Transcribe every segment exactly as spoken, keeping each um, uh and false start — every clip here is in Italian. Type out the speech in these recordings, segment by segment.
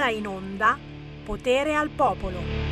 ora in onda Potere al Popolo.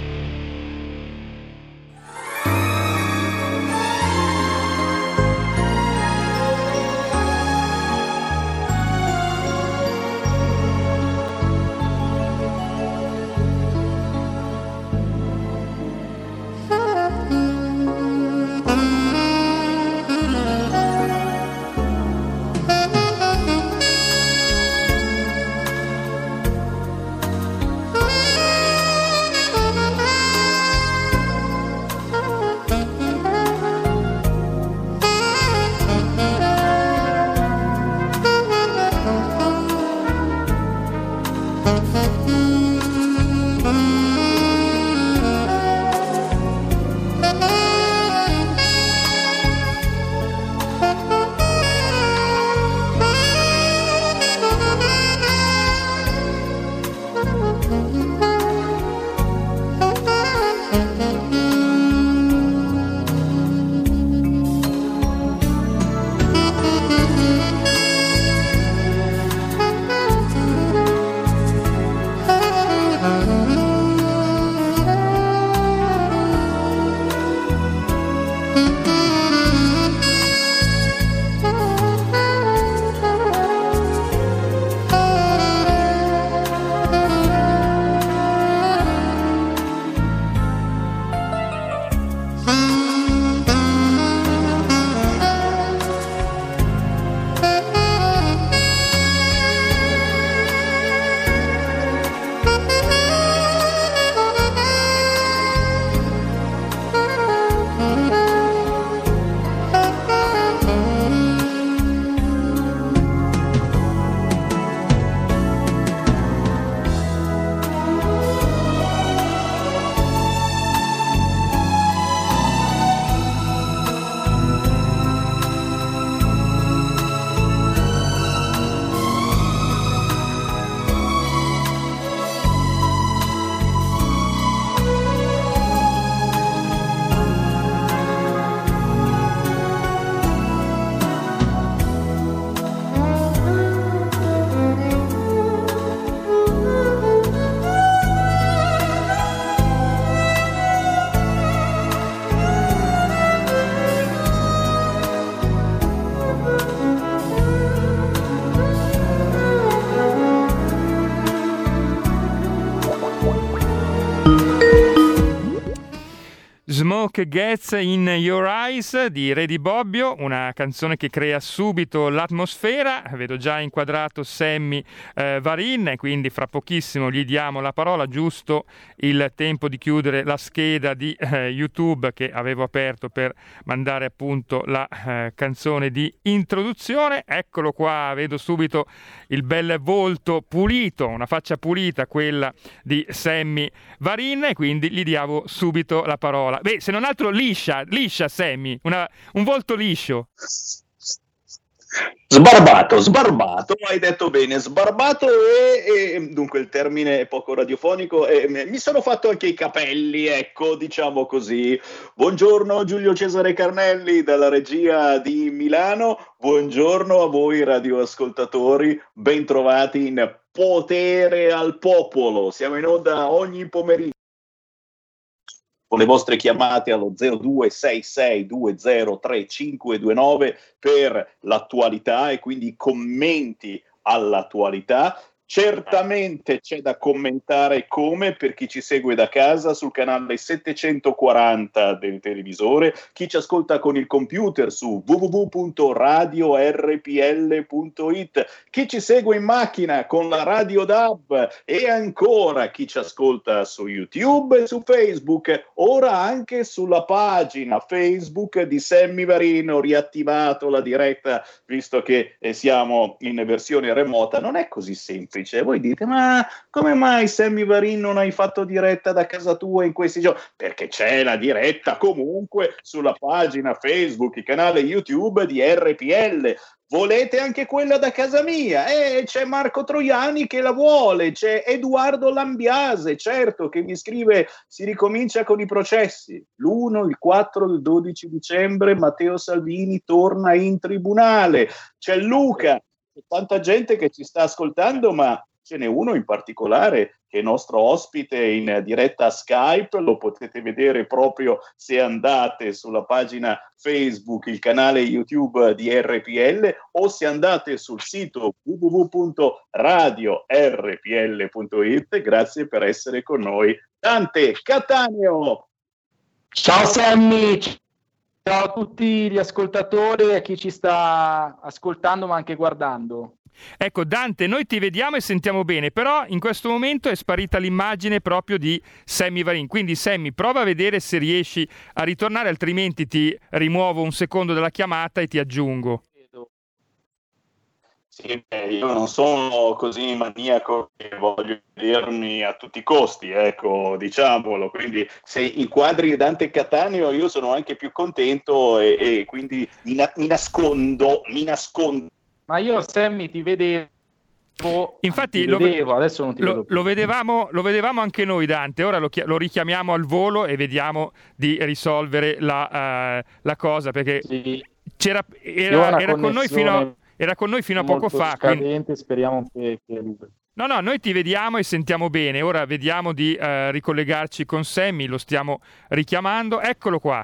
Smoke Gets in Your Eyes di Re di Bobbio, una canzone che crea subito l'atmosfera. Vedo già inquadrato Sammy eh, Varin, quindi fra pochissimo gli diamo la parola, giusto il tempo di chiudere la scheda di eh, YouTube che avevo aperto per mandare appunto la eh, canzone di introduzione. Eccolo qua, vedo subito il bel volto pulito, una faccia pulita, quella di Sammy Varin, e quindi gli diamo subito la parola. Beh, se non altro liscia, liscia Sammy, una, un volto liscio. Sbarbato, sbarbato, hai detto bene, sbarbato e, e dunque il termine è poco radiofonico e mi sono fatto anche i capelli, ecco, diciamo così. Buongiorno Giulio Cesare Carnelli dalla regia di Milano, buongiorno a voi radioascoltatori, bentrovati in Potere al Popolo, siamo in onda ogni pomeriggio con le vostre chiamate allo zero due sei sei due zero tre cinque due nove per l'attualità e quindi commenti all'attualità. Certamente c'è da commentare come per chi ci segue da casa sul canale settecentoquaranta del televisore, chi ci ascolta con il computer su w w w punto radio r p l punto i t, chi ci segue in macchina con la Radio D A B e ancora chi ci ascolta su YouTube e su Facebook, ora anche sulla pagina Facebook di Sammy Varin. Ho riattivato la diretta visto che eh, siamo in versione remota. Non è così semplice. Voi dite, ma come mai Sammy Varin non hai fatto diretta da casa tua in questi giorni? Perché c'è la diretta comunque sulla pagina Facebook, il canale YouTube di R P L. Volete anche quella da casa mia? Eh, c'è Marco Troiani che la vuole, c'è Edoardo Lambiase, certo, che mi scrive si ricomincia con i processi. L'uno, il quattro, il dodici dicembre Matteo Salvini torna in tribunale. C'è Luca, c'è tanta gente che ci sta ascoltando, ma ce n'è uno in particolare che è nostro ospite in diretta Skype, lo potete vedere proprio se andate sulla pagina Facebook, il canale YouTube di R P L, o se andate sul sito w w w punto radio r p l punto i t. Grazie per essere con noi, Dante Cattaneo. Ciao Sammy, ciao a tutti gli ascoltatori e a chi ci sta ascoltando ma anche guardando. Ecco Dante, noi ti vediamo e sentiamo bene, però in questo momento è sparita l'immagine proprio di Sammy Varin, quindi Sammy prova a vedere se riesci a ritornare, altrimenti ti rimuovo un secondo dalla chiamata e ti aggiungo. Sì, io non sono così maniaco che voglio vedermi a tutti i costi, ecco, diciamolo, quindi se inquadri Dante Cattaneo io sono anche più contento e, e quindi mi, na- mi nascondo, mi nascondo. Ma io Sammy ti vedevo, infatti ti lo, vedevo, adesso non ti lo, vedo più. Lo vedevamo, lo vedevamo anche noi Dante, ora lo, chi- lo richiamiamo al volo e vediamo di risolvere la, uh, la cosa, perché sì. c'era, era, era con noi fino a... Era con noi fino a poco fa. Scadente, quindi... Speriamo che, che... No, no, noi ti vediamo e sentiamo bene. Ora vediamo di uh, ricollegarci con Sammy, lo stiamo richiamando. Eccolo qua.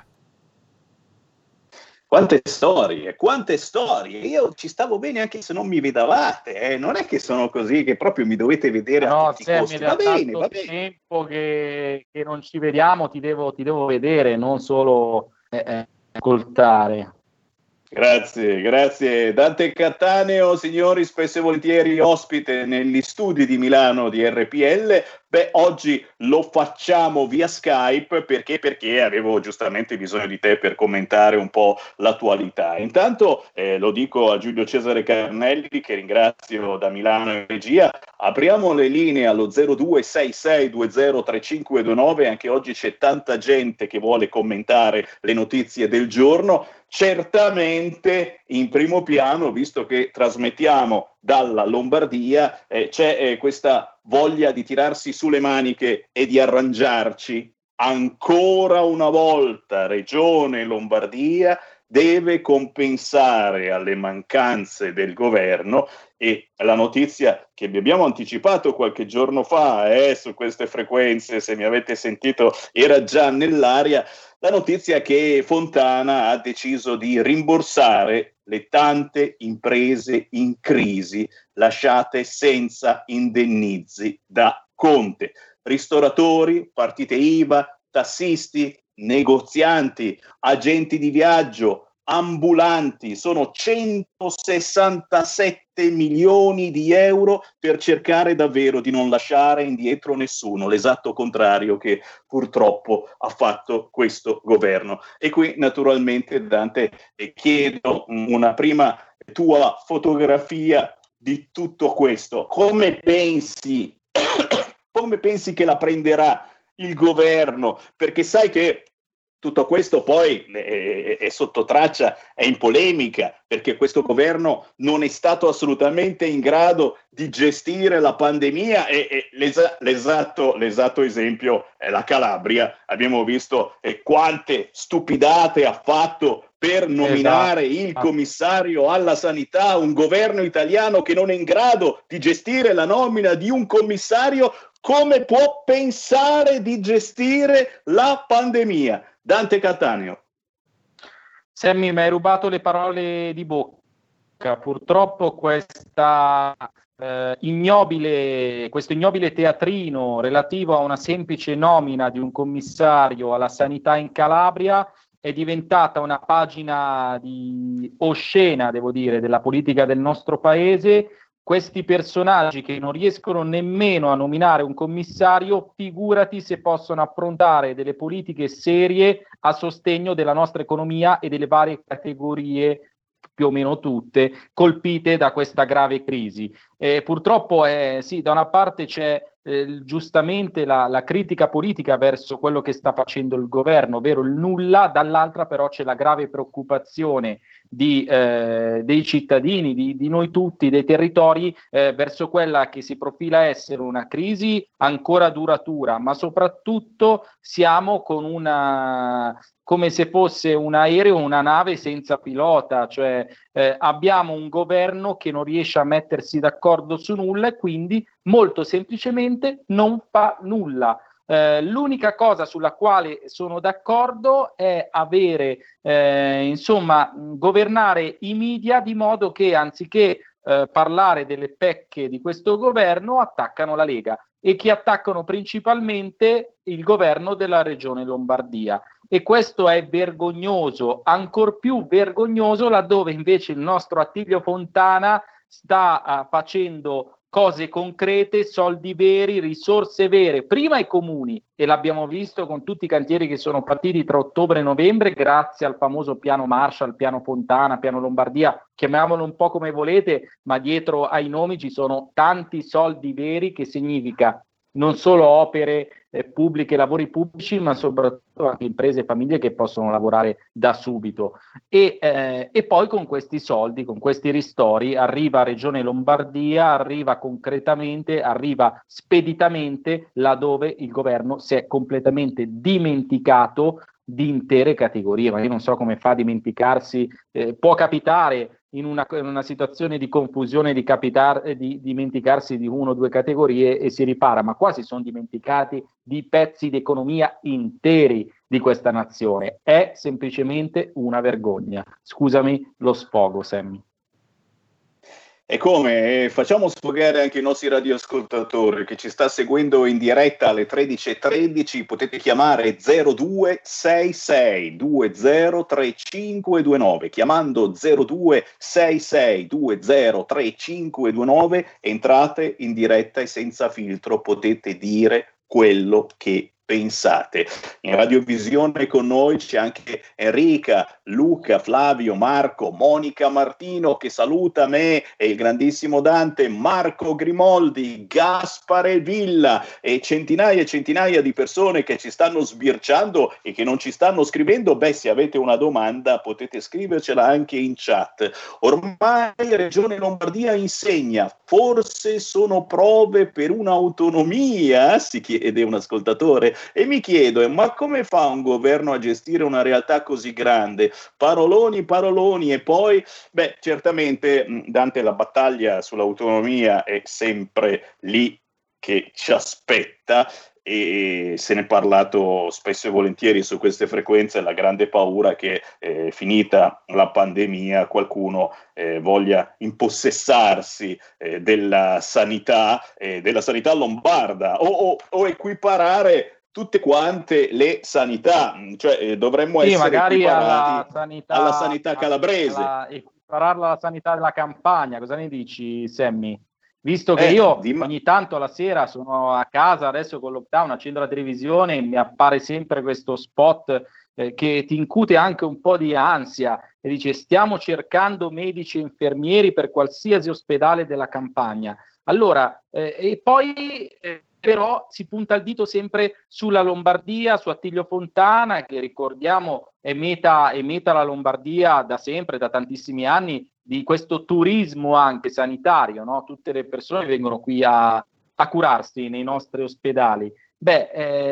Quante storie, quante storie. Io ci stavo bene anche se non mi vedavate. Eh. Non è che sono così che proprio mi dovete vedere no, a tutti Sammy, i costi. Va bene, va bene. tempo che, che non ci vediamo, ti devo, ti devo vedere, non solo eh, eh, ascoltare. Grazie, grazie. Dante Cattaneo, signori, spesso e volentieri ospite negli studi di Milano di R P L. Beh, oggi lo facciamo via Skype perché, perché avevo giustamente bisogno di te per commentare un po' l'attualità. Intanto eh, lo dico a Giulio Cesare Carnelli, che ringrazio da Milano in regia, apriamo le linee allo zero due sei sei due zero tre cinque due nove, anche oggi c'è tanta gente che vuole commentare le notizie del giorno. Certamente in primo piano, visto che trasmettiamo dalla Lombardia, eh, c'è eh, questa voglia di tirarsi su le maniche e di arrangiarci. Ancora una volta Regione Lombardia deve compensare alle mancanze del governo, e la notizia che vi abbiamo anticipato qualche giorno fa eh, su queste frequenze, se mi avete sentito, era già nell'aria, la notizia che Fontana ha deciso di rimborsare le tante imprese in crisi lasciate senza indennizi da Conte. Ristoratori, partite I V A, tassisti, negozianti, agenti di viaggio, ambulanti, sono centosessantasette milioni di euro per cercare davvero di non lasciare indietro nessuno, l'esatto contrario che purtroppo ha fatto questo governo. E qui naturalmente Dante chiedo una prima tua fotografia di tutto questo. Come pensi, come pensi che la prenderà il governo? Perché sai che tutto questo poi è, è sotto traccia, è in polemica, perché questo governo non è stato assolutamente in grado di gestire la pandemia e, e l'esa, l'esatto, l'esatto esempio è la Calabria. Abbiamo visto eh, quante stupidate ha fatto per nominare esatto. il commissario alla sanità, un governo italiano che non è in grado di gestire la nomina di un commissario. Come può pensare di gestire la pandemia? Dante Cattaneo. Sammy, mi hai rubato le parole di bocca. Purtroppo questa, eh, ignobile, questo ignobile teatrino relativo a una semplice nomina di un commissario alla sanità in Calabria è diventata una pagina di oscena, devo dire, della politica del nostro paese. Questi personaggi che non riescono nemmeno a nominare un commissario, figurati se possono approntare delle politiche serie a sostegno della nostra economia e delle varie categorie, più o meno tutte, colpite da questa grave crisi. Eh, purtroppo, eh, sì, da una parte c'è eh, giustamente la, la critica politica verso quello che sta facendo il governo, ovvero il nulla, dall'altra però c'è la grave preoccupazione di, eh, dei cittadini, di, di noi tutti, dei territori, eh, verso quella che si profila essere una crisi ancora duratura, ma soprattutto siamo con una, come se fosse un aereo, una nave senza pilota, cioè eh, abbiamo un governo che non riesce a mettersi d'accordo su nulla e quindi molto semplicemente non fa nulla. Eh, l'unica cosa sulla quale sono d'accordo è avere, eh, insomma, governare i media di modo che anziché eh, parlare delle pecche di questo governo attaccano la Lega e che attaccano principalmente il governo della regione Lombardia. E questo è vergognoso, ancor più vergognoso laddove invece il nostro Attilio Fontana sta uh, facendo cose concrete, soldi veri, risorse vere, prima ai comuni, e l'abbiamo visto con tutti i cantieri che sono partiti tra ottobre e novembre grazie al famoso piano Marshall, piano Fontana, piano Lombardia, chiamiamolo un po' come volete, ma dietro ai nomi ci sono tanti soldi veri, che significa non solo opere eh, pubbliche, lavori pubblici, ma soprattutto anche imprese e famiglie che possono lavorare da subito. E, eh, e poi con questi soldi, con questi ristori, arriva Regione Lombardia, arriva concretamente, arriva speditamente laddove il governo si è completamente dimenticato di intere categorie. Ma io non so come fa a dimenticarsi, eh, può capitare in una, in una situazione di confusione di, capitar, di dimenticarsi di una o due categorie e si ripara, ma qua si sono dimenticati di pezzi di economia interi di questa nazione. È semplicemente una vergogna. Scusami lo sfogo, Sammy. E come? Facciamo sfogare anche i nostri radioascoltatori che ci sta seguendo in diretta alle tredici e tredici. Potete chiamare zero due sei sei due zero tre cinque due nove. Chiamando zero due sei sei due zero tre cinque due nove entrate in diretta e senza filtro potete dire quello che pensate. In radiovisione con noi c'è anche Enrica, Luca, Flavio, Marco, Monica Martino che saluta me e il grandissimo Dante, Marco Grimoldi, Gaspare Villa e centinaia e centinaia di persone che ci stanno sbirciando e che non ci stanno scrivendo. Beh, se avete una domanda potete scrivercela anche in chat. Ormai Regione Lombardia insegna, forse sono prove per un'autonomia, si chiede un ascoltatore. E mi chiedo, ma come fa un governo a gestire una realtà così grande? Paroloni, paroloni e poi, beh, certamente Dante, la battaglia sull'autonomia è sempre lì che ci aspetta e se ne è parlato spesso e volentieri su queste frequenze. La grande paura che eh, finita la pandemia qualcuno eh, voglia impossessarsi eh, della sanità, eh, della sanità lombarda o, o, o equiparare tutte quante le sanità, cioè eh, dovremmo sì, essere magari equiparati alla sanità, alla sanità calabrese. alla, equipararla alla sanità della Campania. Cosa ne dici, Sammy? Visto che Eh, io di... ogni tanto la sera sono a casa, adesso con lockdown accendo la televisione e mi appare sempre questo spot eh, che ti incute anche un po' di ansia e dice: stiamo cercando medici e infermieri per qualsiasi ospedale della Campania. Allora, eh, e poi... Eh, però si punta il dito sempre sulla Lombardia, su Attilio Fontana, che ricordiamo è meta, è meta la Lombardia da sempre, da tantissimi anni, di questo turismo anche sanitario, no? Tutte le persone vengono qui a, a curarsi nei nostri ospedali. Beh,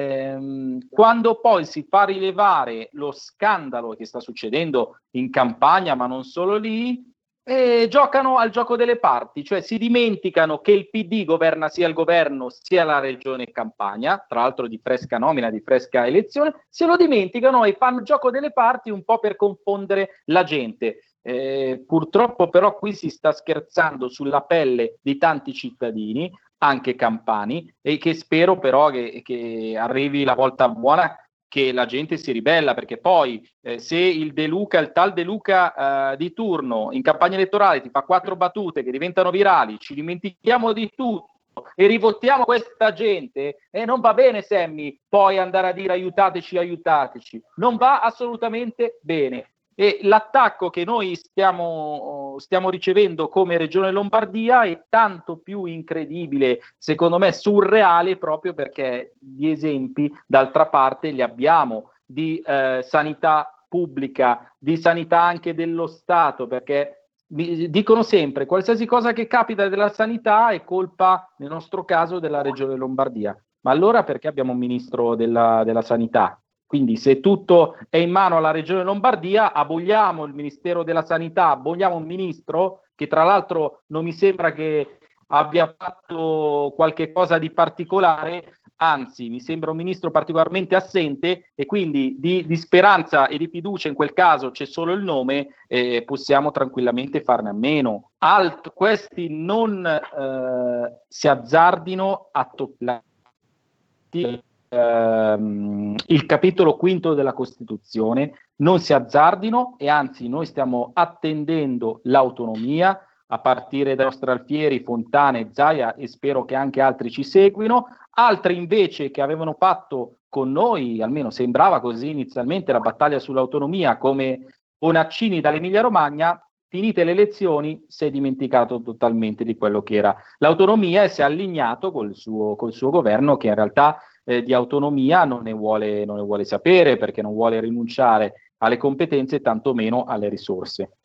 ehm, quando poi si fa rilevare lo scandalo che sta succedendo in Campania, ma non solo lì, e giocano al gioco delle parti, cioè si dimenticano che il P D governa sia il governo sia la regione Campania, tra l'altro di fresca nomina, di fresca elezione, se lo dimenticano e fanno il gioco delle parti un po' per confondere la gente. Eh, purtroppo però qui si sta scherzando sulla pelle di tanti cittadini, anche campani, e che spero però che, che arrivi la volta buona, che la gente si ribella, perché poi eh, se il De Luca, il tal De Luca eh, di turno in campagna elettorale ti fa quattro battute che diventano virali, ci dimentichiamo di tutto e rivotiamo questa gente, e eh, non va bene, Sammy, poi andare a dire aiutateci, aiutateci, non va assolutamente bene. E l'attacco che noi stiamo, stiamo ricevendo come Regione Lombardia è tanto più incredibile, secondo me surreale, proprio perché gli esempi d'altra parte li abbiamo di eh, sanità pubblica, di sanità anche dello Stato, perché dicono sempre qualsiasi cosa che capita della sanità è colpa, nel nostro caso, della Regione Lombardia. Ma allora perché abbiamo un ministro della, della sanità? Quindi se tutto è in mano alla Regione Lombardia, aboliamo il Ministero della Sanità, aboliamo un ministro che tra l'altro non mi sembra che abbia fatto qualche cosa di particolare, anzi mi sembra un ministro particolarmente assente, e quindi di, di speranza e di fiducia in quel caso c'è solo il nome, eh, possiamo tranquillamente farne a meno. Alt, questi non eh, si azzardino a toccare ehm, il capitolo quinto della Costituzione, non si azzardino, e anzi noi stiamo attendendo l'autonomia, a partire dai nostri Alfieri, Fontana e Zaia, e spero che anche altri ci seguino. Altri invece che avevano fatto con noi, almeno sembrava così inizialmente, la battaglia sull'autonomia, come Bonaccini dall'Emilia Romagna, finite le elezioni si è dimenticato totalmente di quello che era l'autonomia e si è allineato col suo, col suo governo, che in realtà eh, di autonomia non ne vuole, non ne vuole sapere, perché non vuole rinunciare alle competenze e tantomeno alle risorse.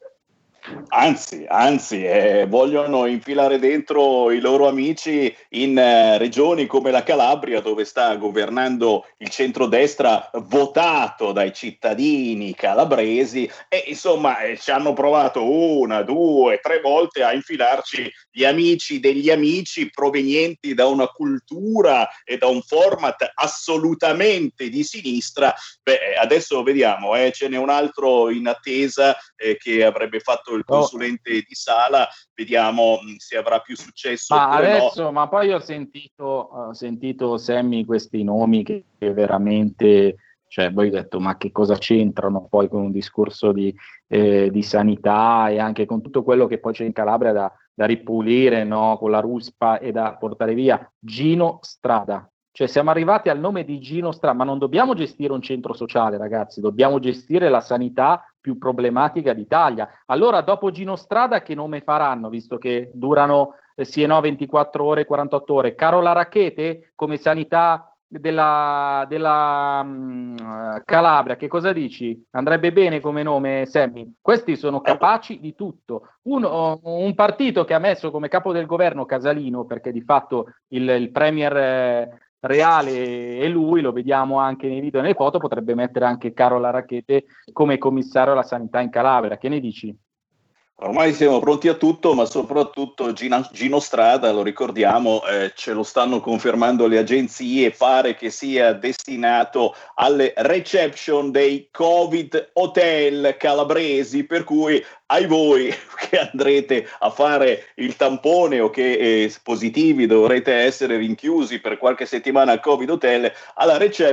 Anzi, anzi, eh, vogliono infilare dentro i loro amici in eh, regioni come la Calabria, dove sta governando il centrodestra votato dai cittadini calabresi, e insomma eh, ci hanno provato una, due, tre volte a infilarci gli amici degli amici provenienti da una cultura e da un format assolutamente di sinistra. Beh, adesso vediamo, eh, ce n'è un altro in attesa eh, che avrebbe fatto il consulente di Sala, vediamo mh, se avrà più successo. Ma adesso, no. ma poi ho sentito, ho sentito Sammy questi nomi che, che veramente, cioè poi ho detto ma che cosa c'entrano poi con un discorso di, eh, di sanità e anche con tutto quello che poi c'è in Calabria da, da ripulire, no? Con la ruspa e da portare via. Gino Strada. Cioè siamo arrivati al nome di Gino Strada, ma non dobbiamo gestire un centro sociale, ragazzi, dobbiamo gestire la sanità più problematica d'Italia. Allora dopo Gino Strada che nome faranno, visto che durano eh, sì e no ventiquattro ore, quarantotto ore? Carola Rackete come sanità della, della um, Calabria, che cosa dici? Andrebbe bene come nome, Sammy? Questi sono capaci di tutto. Uno, un partito che ha messo come capo del governo Casalino, perché di fatto il, il premier eh, reale e lui, lo vediamo anche nei video e nelle foto, potrebbe mettere anche Carola Rackete come commissario alla sanità in Calabria. Che ne dici? Ormai siamo pronti a tutto, ma soprattutto Gino, Gino Strada, lo ricordiamo, eh, ce lo stanno confermando le agenzie, pare che sia destinato alle reception dei Covid hotel calabresi, per cui ai voi che andrete a fare il tampone o che eh, positivi dovrete essere rinchiusi per qualche settimana al Covid hotel, alla reception.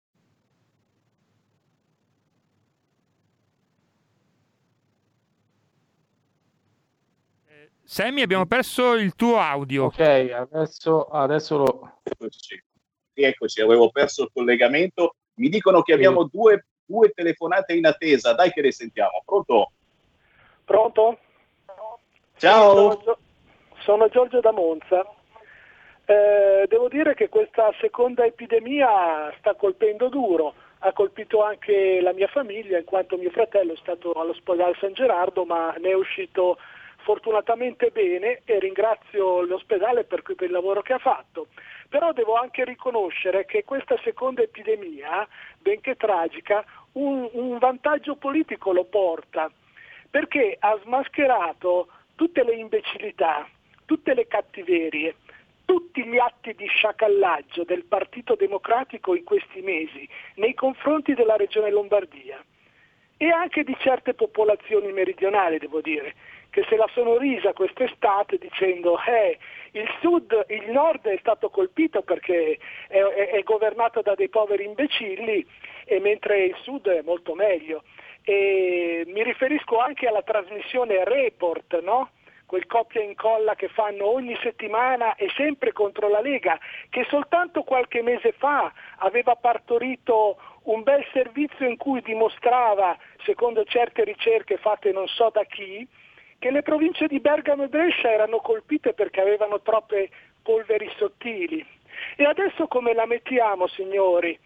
Sammy, abbiamo perso il tuo audio. Ok, adesso, adesso lo... Eccoci. Eccoci, avevo perso il collegamento. Mi dicono che abbiamo sì. due, due telefonate in attesa. Dai che le sentiamo. Pronto? Pronto? Ciao. Sono, sono Giorgio da Monza. Eh, devo dire che questa seconda epidemia sta colpendo duro. Ha colpito anche la mia famiglia, in quanto mio fratello è stato all'ospedale San Gerardo, ma ne è uscito fortunatamente bene e ringrazio l'ospedale per, per il lavoro che ha fatto. Però devo anche riconoscere che questa seconda epidemia, benché tragica, un, un vantaggio politico lo porta, perché ha smascherato tutte le imbecillità, tutte le cattiverie, tutti gli atti di sciacallaggio del Partito Democratico in questi mesi nei confronti della Regione Lombardia e anche di certe popolazioni meridionali, devo dire, che se la sono risa quest'estate dicendo eh, il sud, il nord è stato colpito perché è, è, è governato da dei poveri imbecilli, e mentre il sud è molto meglio. E mi riferisco anche alla trasmissione Report, no? Quel copia e incolla che fanno ogni settimana e sempre contro la Lega, che soltanto qualche mese fa aveva partorito un bel servizio in cui dimostrava, secondo certe ricerche fatte non so da chi, che le province di Bergamo e Brescia erano colpite perché avevano troppe polveri sottili. E adesso come la mettiamo, signori?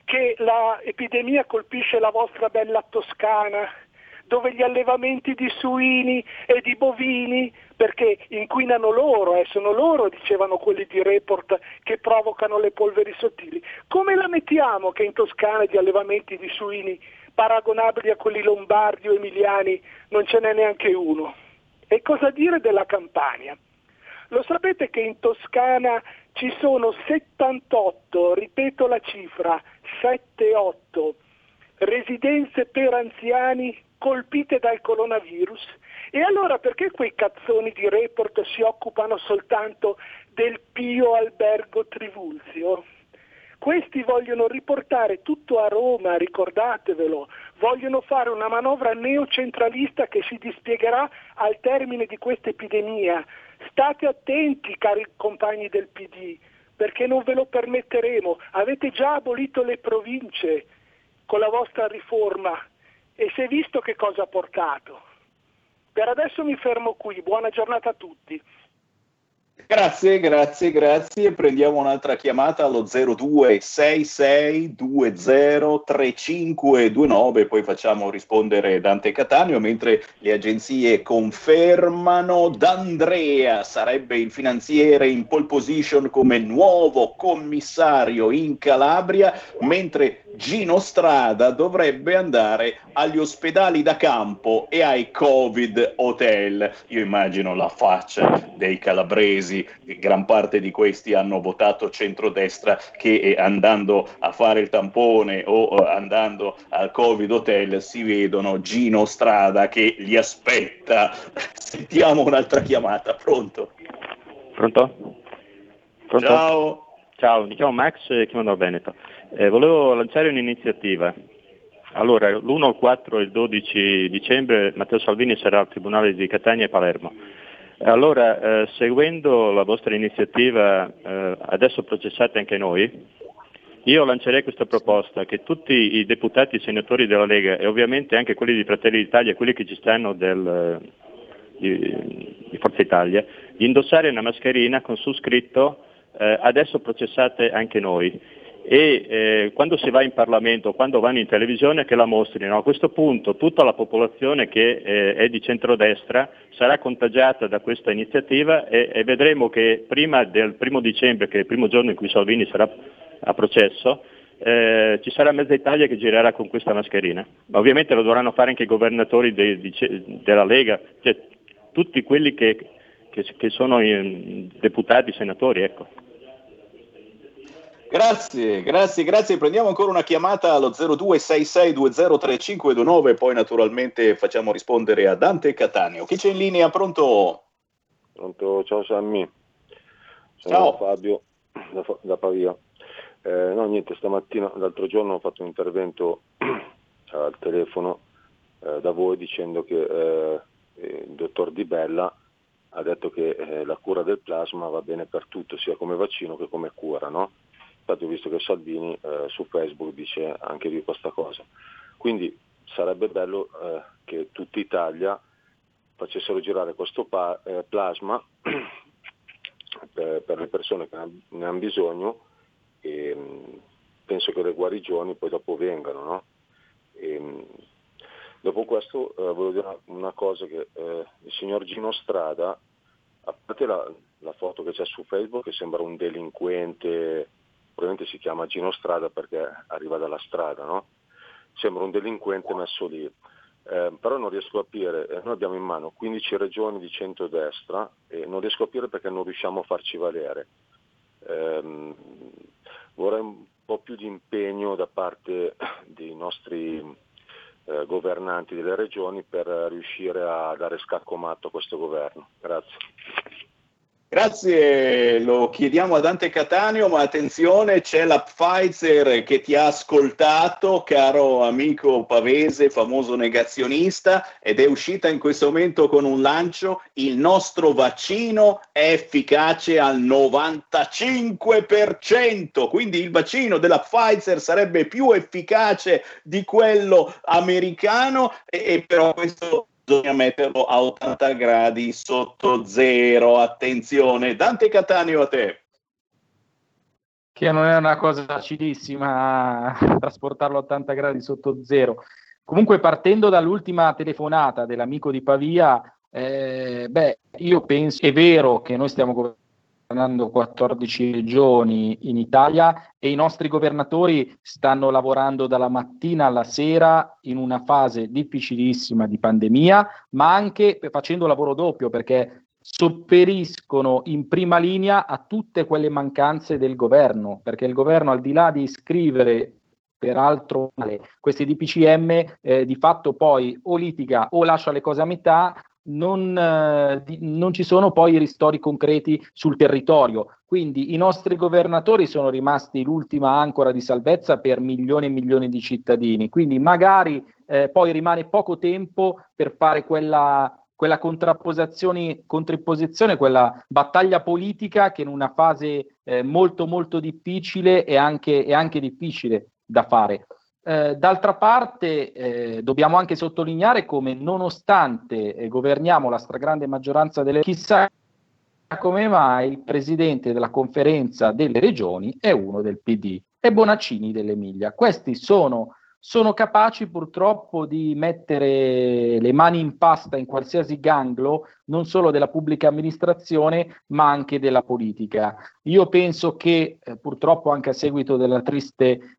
che l'epidemia colpisce la vostra bella Toscana, dove gli allevamenti di suini e di bovini, perché inquinano loro, eh, sono loro, dicevano quelli di Report, che provocano le polveri sottili. Come la mettiamo che in Toscana di allevamenti di suini paragonabili a quelli lombardi o emiliani non ce n'è neanche uno? E cosa dire della Campania? Lo sapete che in Toscana ci sono settantotto, ripeto la cifra, sette otto, residenze per anziani colpite dal coronavirus? E allora perché quei cazzoni di Report si occupano soltanto del Pio Albergo Trivulzio? Questi vogliono riportare tutto a Roma, ricordatevelo, vogliono fare una manovra neocentralista che si dispiegherà al termine di questa epidemia. State attenti, cari compagni del P D, perché non ve lo permetteremo. Avete già abolito le province con la vostra riforma e si è visto che cosa ha portato. Per adesso mi fermo qui, buona giornata a tutti. Grazie, grazie, grazie. Prendiamo un'altra chiamata allo zero due sei sei due zero tre cinque due nove, poi facciamo rispondere Dante Cattaneo, mentre le agenzie confermano D'Andrea sarebbe il finanziere in pole position come nuovo commissario in Calabria, mentre Gino Strada dovrebbe andare agli ospedali da campo e ai Covid hotel. Io immagino la faccia dei calabresi, gran parte di questi hanno votato centrodestra, che andando a fare il tampone o andando al Covid hotel si vedono Gino Strada che li aspetta. Sentiamo un'altra chiamata. Pronto? Pronto? Pronto? Ciao. Ciao, mi chiamo Max e chiamo dal Veneto. Eh, volevo lanciare un'iniziativa. Allora, l'uno, il quattro e il dodici dicembre Matteo Salvini sarà al Tribunale di Catania e Palermo. Allora, eh, seguendo la vostra iniziativa, eh, adesso processate anche noi, io lancerei questa proposta che tutti i deputati e senatori della Lega e ovviamente anche quelli di Fratelli d'Italia, quelli che ci stanno del, di, di Forza Italia, di indossare una mascherina con su scritto eh, adesso processate anche noi. E eh, quando si va in Parlamento, quando vanno in televisione, che la mostrino. A questo punto tutta la popolazione che eh, è di centrodestra sarà contagiata da questa iniziativa e, e vedremo che prima del primo dicembre, che è il primo giorno in cui Salvini sarà a processo, eh, ci sarà mezza Italia che girerà con questa mascherina. Ma ovviamente lo dovranno fare anche i governatori de, de, della Lega, cioè tutti quelli che, che, che sono in, deputati, senatori, ecco. Grazie, grazie, grazie. Prendiamo ancora una chiamata allo zero due sei sei due zero tre cinque due nove, poi naturalmente facciamo rispondere a Dante Cattaneo. Chi c'è in linea? Pronto? Pronto, ciao Sammy. Sono Ciao. Fabio da, da Pavia. Eh, no, niente, stamattina, l'altro giorno ho fatto un intervento al telefono eh, da voi dicendo che eh, il dottor Di Bella ha detto che eh, la cura del plasma va bene per tutto, sia come vaccino che come cura, no? Infatti ho visto che Salvini eh, su Facebook dice anche lui questa cosa. Quindi sarebbe bello eh, che tutta Italia facessero girare questo pa- eh, plasma per, per le persone che ne hanno bisogno, e mh, penso che le guarigioni poi dopo vengano, no? E, mh, dopo questo eh, volevo dire una, una cosa, che eh, il signor Gino Strada, a parte la, la foto che c'è su Facebook, che sembra un delinquente, probabilmente si chiama Gino Strada perché arriva dalla strada, no? Sembra un delinquente messo lì, eh, però non riesco a capire, eh, noi abbiamo in mano quindici regioni di centrodestra e non riesco a capire perché non riusciamo a farci valere. Eh, vorrei un po' più di impegno da parte dei nostri eh, governanti delle regioni per riuscire a dare scacco matto a questo governo. Grazie. Grazie, lo chiediamo a Dante Cattaneo, ma attenzione, c'è la Pfizer che ti ha ascoltato, caro amico pavese, famoso negazionista, ed è uscita in questo momento con un lancio: il nostro vaccino è efficace al novantacinque per cento, quindi il vaccino della Pfizer sarebbe più efficace di quello americano, e, e però questo bisogna metterlo a ottanta gradi sotto zero. Attenzione. Dante Cattaneo, a te. che non è una cosa facilissima trasportarlo a ottanta gradi sotto zero. Comunque, partendo dall'ultima telefonata dell'amico di Pavia, eh, beh, io penso, è vero che noi stiamo governando quattordici regioni in Italia e i nostri governatori stanno lavorando dalla mattina alla sera in una fase difficilissima di pandemia, ma anche facendo lavoro doppio, perché sopperiscono in prima linea a tutte quelle mancanze del governo, perché il governo, al di là di scrivere peraltro male questi D P C M, eh, di fatto poi o litiga o lascia le cose a metà, non, eh, di, non ci sono poi ristori concreti sul territorio. Quindi i nostri governatori sono rimasti l'ultima ancora di salvezza per milioni e milioni di cittadini, quindi magari eh, poi rimane poco tempo per fare quella quella contrapposizione, contrapposizione, quella battaglia politica che in una fase eh, molto molto difficile è anche, è anche difficile da fare. Eh, d'altra parte eh, dobbiamo anche sottolineare come, nonostante eh, governiamo la stragrande maggioranza delle, chissà come mai il presidente della conferenza delle regioni è uno del P D, è Bonaccini dell'Emilia. Questi sono sono capaci purtroppo di mettere le mani in pasta in qualsiasi ganglo, non solo della pubblica amministrazione, ma anche della politica. Io penso che eh, purtroppo, anche a seguito della triste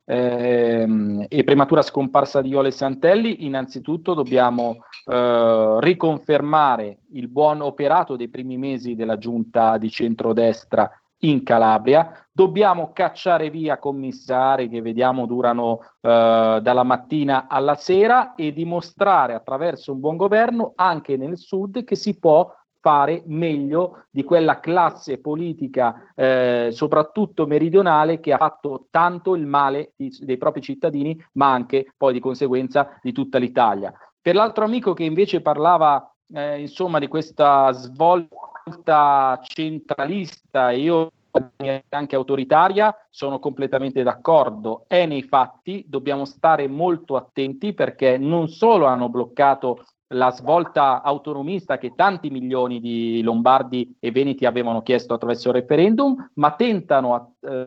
ehm, e prematura scomparsa di Iole Santelli, innanzitutto dobbiamo eh, riconfermare il buon operato dei primi mesi della giunta di centrodestra in Calabria. Dobbiamo cacciare via commissari che vediamo durano eh, dalla mattina alla sera e dimostrare attraverso un buon governo anche nel sud che si può fare meglio di quella classe politica eh, soprattutto meridionale che ha fatto tanto il male di, dei propri cittadini, ma anche poi di conseguenza di tutta l'Italia. Per l'altro amico che invece parlava eh, insomma di questa svolta centralista, io anche autoritaria, sono completamente d'accordo. È nei fatti, dobbiamo stare molto attenti, perché non solo hanno bloccato la svolta autonomista che tanti milioni di lombardi e veneti avevano chiesto attraverso il referendum, ma tentano, eh,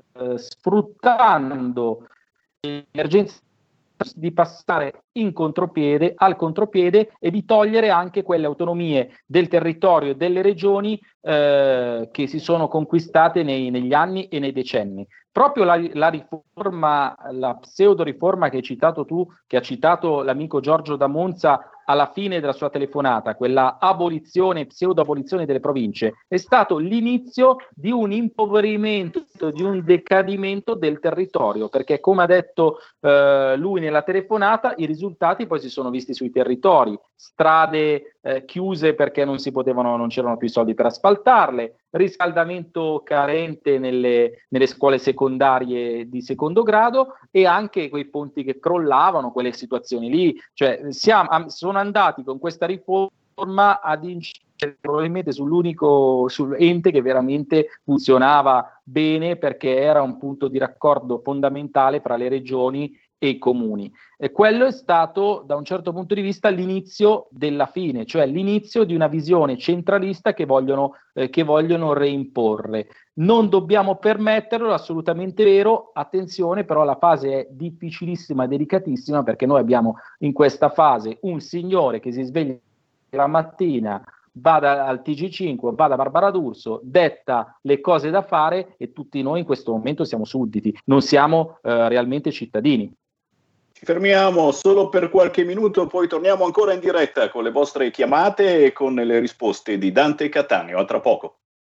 sfruttando l'emergenza, di passare in contropiede, al contropiede e di togliere anche quelle autonomie del territorio e delle regioni eh, che si sono conquistate nei, negli anni e nei decenni. Proprio la, la riforma, la pseudo riforma che hai citato tu, che ha citato l'amico Giorgio da Monza alla fine della sua telefonata, quella abolizione, pseudo abolizione delle province, è stato l'inizio di un impoverimento, di un decadimento del territorio, perché come ha detto eh, lui nella telefonata, i risultati poi si sono visti sui territori, strade eh, chiuse perché non si potevano, non c'erano più soldi per asfaltarle, riscaldamento carente nelle, nelle scuole secondarie di secondo grado e anche quei ponti che crollavano, quelle situazioni lì, cioè siamo, sono andati con questa riforma ad incidere probabilmente sull'unico sul ente che veramente funzionava bene, perché era un punto di raccordo fondamentale fra le regioni e i comuni. E quello è stato, da un certo punto di vista, l'inizio della fine, cioè l'inizio di una visione centralista che vogliono, eh, che vogliono reimporre. Non dobbiamo permetterlo, è assolutamente vero. Attenzione, però la fase è difficilissima, delicatissima, perché noi abbiamo in questa fase un signore che si sveglia la mattina, vada al T G cinque, vada a Barbara D'Urso, detta le cose da fare e tutti noi in questo momento siamo sudditi, non siamo eh, realmente cittadini. Ci fermiamo solo per qualche minuto, poi torniamo ancora in diretta con le vostre chiamate e con le risposte di Dante Cattaneo. A tra poco.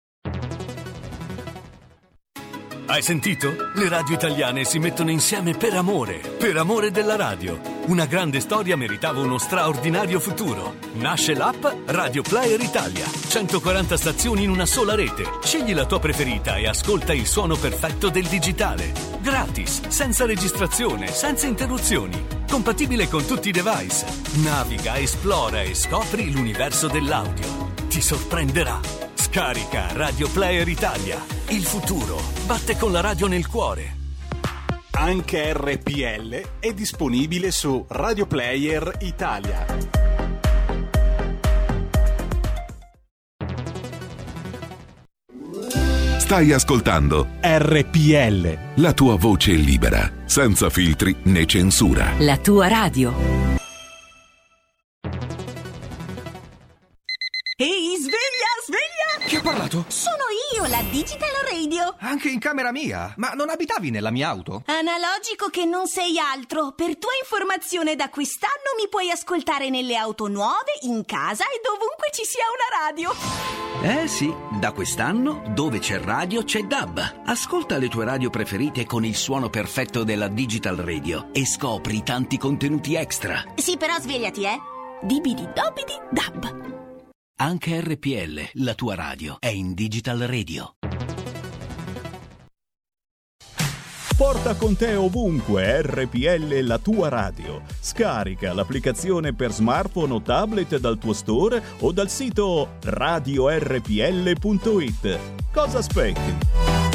Hai sentito? Le radio italiane si mettono insieme per amore, per amore della radio. Una grande storia meritava uno straordinario futuro. Nasce l'app Radio Player Italia. centoquaranta stazioni in una sola rete. Scegli la tua preferita e ascolta il suono perfetto del digitale. Gratis, senza registrazione, senza interruzioni. Compatibile con tutti i device. Naviga, esplora e scopri l'universo dell'audio. Ti sorprenderà. Scarica Radio Player Italia. Il futuro batte con la radio nel cuore. Anche R P L è disponibile su Radio Player Italia. Stai ascoltando R P L, la tua voce libera, senza filtri né censura. La tua radio. Ehi, sveglia, sveglia! Chi ha parlato? Sono io, la Digital Radio. Anche in camera mia? Ma non abitavi nella mia auto? Analogico che non sei altro. Per tua informazione, da quest'anno mi puoi ascoltare nelle auto nuove, in casa e dovunque ci sia una radio. Eh sì, da quest'anno dove c'è radio c'è D A B. Ascolta le tue radio preferite con il suono perfetto della Digital Radio e scopri tanti contenuti extra. Sì, però svegliati, eh. Dibidi dobidi D A B. Anche R P L, la tua radio, è in Digital Radio. Porta con te ovunque R P L, la tua radio. Scarica l'applicazione per smartphone o tablet dal tuo store o dal sito radio r p l punto i t. Cosa aspetti?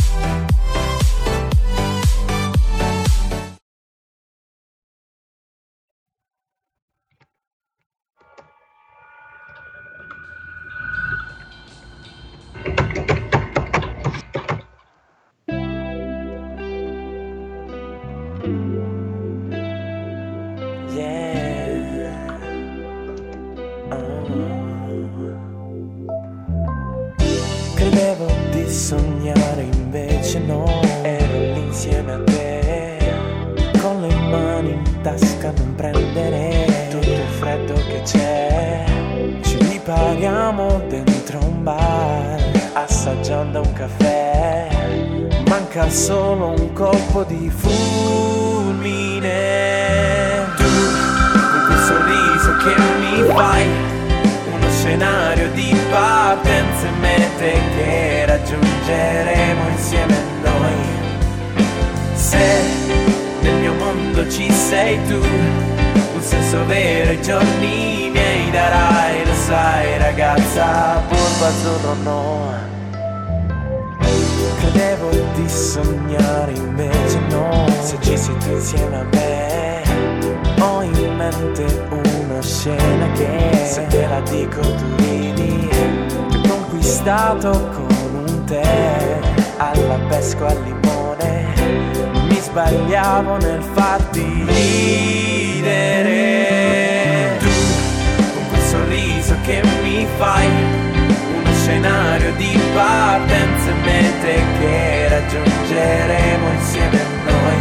Credevo di sognare, invece no, ero lì insieme a te, con le mani in tasca, non prendere tutto il freddo che c'è. Ci ripariamo dentro un bar, assaggiando un caffè. Manca solo un colpo di fulmine. Tu, con quel sorriso che mi fai, uno scenario di partenza e mete che raggiungeremo insieme noi. Se nel mio mondo ci sei tu, un senso vero ai giorni miei darai, lo sai ragazza, curva azzurro no. Credevo di sognare, invece no, se ci sei tu insieme a me. Ho in mente una scena che, se te la dico tu ridi, che ho conquistato con un tè alla pesco al limone. Mi sbagliavo nel farti ridere. Tu, con quel sorriso che mi fai, uno scenario di partenza e mete che raggiungeremo insieme a noi.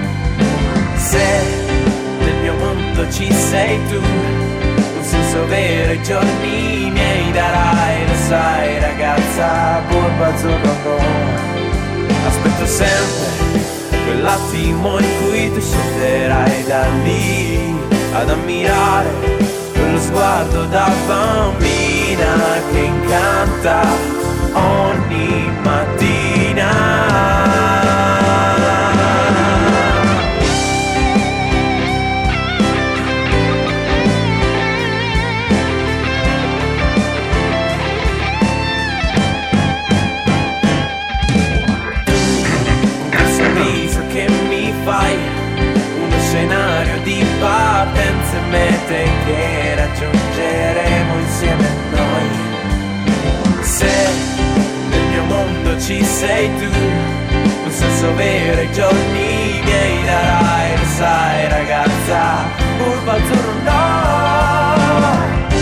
Se nel mio mondo ci sei tu, un senso vero ai giorni miei darai, lo sai ragazza, curva azzurro no. Aspetto sempre quell'attimo in cui tu scenderai da lì ad ammirare quello sguardo da bambina che incanta ogni mattina. Uno scenario di partenza e mete che raggiungeremo insieme a noi. Se nel mio mondo ci sei tu, un senso vero ai giorni miei darai, lo sai ragazza, curva azzurro no.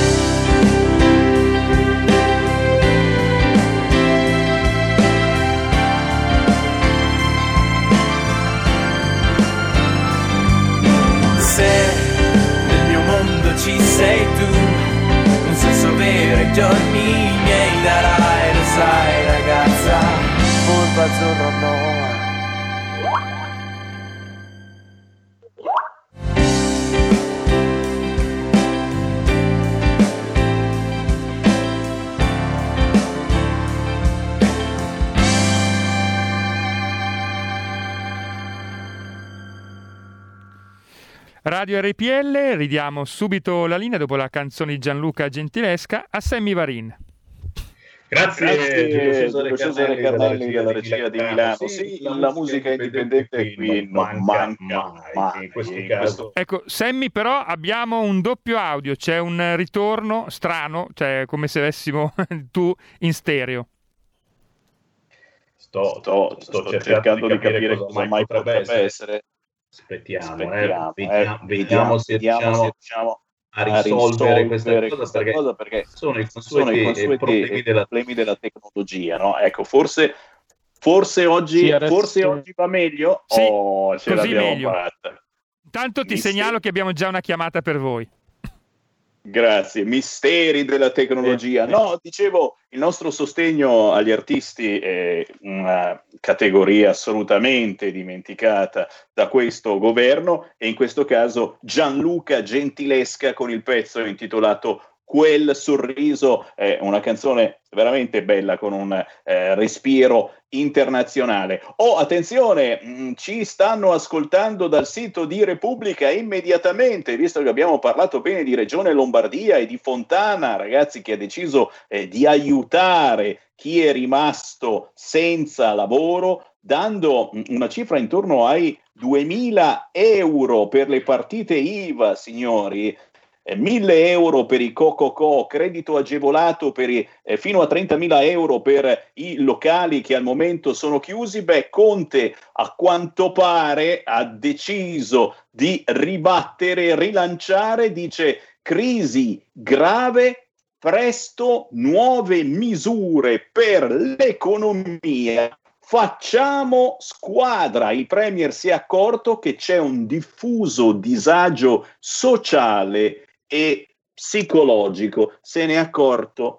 Se nel mio mondo ci sei tu, un senso vero ai giorni miei darai, lo sai ragazza, curva azzurro no. Radio R P L, ridiamo subito la linea dopo la canzone di Gianluca Gentilesca a Sammy Varin. Grazie, Grazie Giulio Cesare Carnelli della regia di Milano. Sì, sì, la, la musica indipendente qui non manca mai, mai in questo in caso. Ecco, Sammy, però abbiamo un doppio audio, c'è un ritorno strano, cioè come se avessimo tu in stereo. sto, sto, sto, sto cercando, cercando di capire, capire cosa mai potrebbe essere. essere. Aspettiamo, Aspettiamo, eh. vediamo, eh. vediamo se vediamo riusciamo se riusciamo a risolvere, a questa, risolvere cosa, questa perché cosa, perché sono i sono i consueti, consueti problemi, della... problemi della tecnologia, no? Ecco, forse, forse, oggi, sì, adesso... forse oggi va meglio? Sì, oh, ce così l'abbiamo meglio. fatta. Tanto ti Misteri. segnalo che abbiamo già una chiamata per voi. Grazie, misteri della tecnologia. Eh, No, dicevo, il nostro sostegno agli artisti è una categoria assolutamente dimenticata da questo governo, e in questo caso Gianluca Gentilesca con il pezzo intitolato Quel sorriso, è una canzone veramente bella con un eh, respiro internazionale. Oh, attenzione, mh, ci stanno ascoltando dal sito di Repubblica immediatamente, visto che abbiamo parlato bene di Regione Lombardia e di Fontana, ragazzi, che ha deciso eh, di aiutare chi è rimasto senza lavoro, dando una cifra intorno ai duemila euro per le partite I V A, signori. mille euro per i co-co-co, credito agevolato per i, eh, fino a trentamila euro per i locali che al momento sono chiusi. Beh, Conte a quanto pare ha deciso di ribattere, rilanciare, dice crisi grave, presto nuove misure per l'economia. Facciamo squadra. Il Premier si è accorto che c'è un diffuso disagio sociale e psicologico, se ne è accorto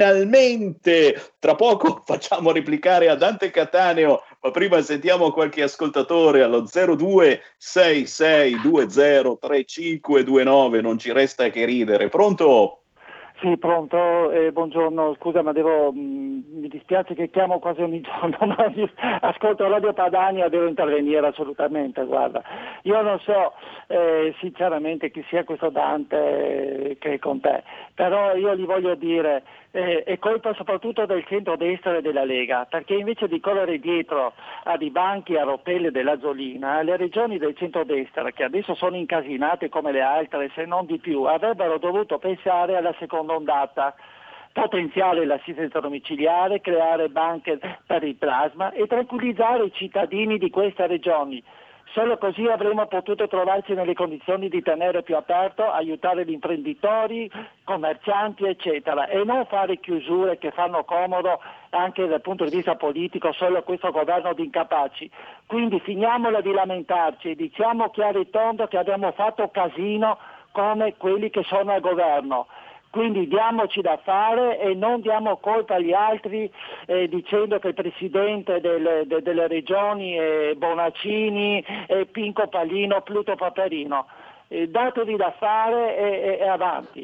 finalmente. Tra poco facciamo replicare a Dante Cattaneo, ma prima sentiamo qualche ascoltatore allo zero due sei sei due zero tre cinque due nove. Non ci resta che ridere. Pronto? Sì, pronto, eh, buongiorno, scusa ma devo, mh, mi dispiace che chiamo quasi ogni giorno, ma ascolto Radio Padania, devo intervenire assolutamente, guarda. Io non so eh, sinceramente chi sia questo Dante eh, che è con te, però io gli voglio dire, eh, è colpa soprattutto del centro-destra e della Lega, perché invece di correre dietro a Di Banchi, a Ropelle della Zolina, le regioni del centro-destra, che adesso sono incasinate come le altre, se non di più, avrebbero dovuto pensare alla seconda ondata, potenziare l'assistenza domiciliare, creare banche per il plasma e tranquillizzare i cittadini di queste regioni. Solo così avremmo potuto trovarci nelle condizioni di tenere più aperto, aiutare gli imprenditori, commercianti, eccetera, e non fare chiusure che fanno comodo anche dal punto di vista politico solo a questo governo di incapaci. Quindi finiamola di lamentarci, diciamo chiaro e tondo che abbiamo fatto casino come quelli che sono al governo. Quindi diamoci da fare e non diamo colpa agli altri eh, dicendo che il presidente delle, de, delle regioni è Bonaccini, è Pinco Pallino, Pluto Paperino. Eh, datevi da fare e, e, e avanti.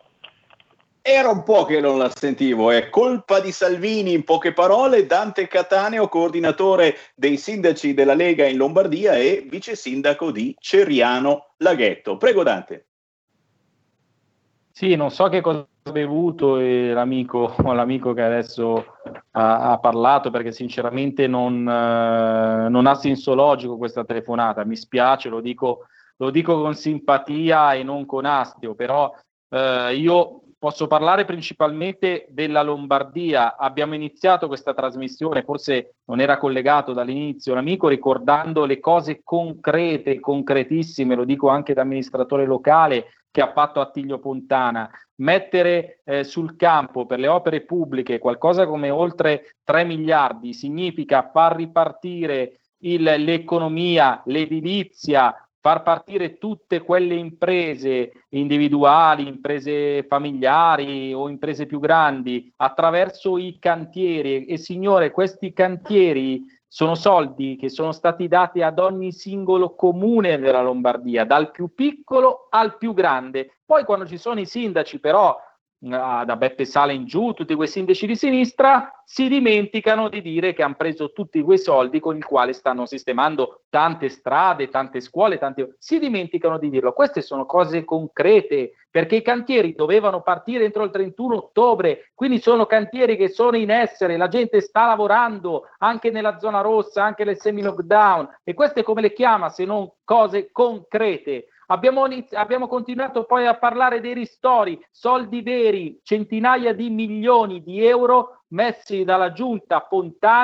Era un po' che non la sentivo, è colpa di Salvini, in poche parole. Dante Cattaneo, coordinatore dei sindaci della Lega in Lombardia e vice sindaco di Ceriano Laghetto. Prego Dante. Sì, non so che cosa ha bevuto e l'amico, l'amico che adesso ha, ha parlato, perché sinceramente non, eh, non ha senso logico questa telefonata. Mi spiace, lo dico, lo dico con simpatia e non con astio, però eh, io posso parlare principalmente della Lombardia. Abbiamo iniziato questa trasmissione, forse non era collegato dall'inizio l'amico, ricordando le cose concrete, concretissime, lo dico anche da amministratore locale, che ha fatto Attilio Fontana. Mettere eh, sul campo per le opere pubbliche qualcosa come oltre tre miliardi significa far ripartire il, l'economia, l'edilizia, far partire tutte quelle imprese individuali, imprese familiari o imprese più grandi attraverso i cantieri. E signore, questi cantieri sono soldi che sono stati dati ad ogni singolo comune della Lombardia, dal più piccolo al più grande. Poi quando ci sono i sindaci però, da Beppe Sala in giù, tutti quei sindaci di sinistra, si dimenticano di dire che hanno preso tutti quei soldi con i quali stanno sistemando tante strade, tante scuole, tante... si dimenticano di dirlo. Queste sono cose concrete, perché i cantieri dovevano partire entro il trentuno ottobre, quindi sono cantieri che sono in essere, la gente sta lavorando anche nella zona rossa, anche nel semi-lockdown, e queste come le chiama se non cose concrete? Abbiamo, inizi- abbiamo continuato poi a parlare dei ristori, soldi veri, centinaia di milioni di euro messi dalla giunta Fontana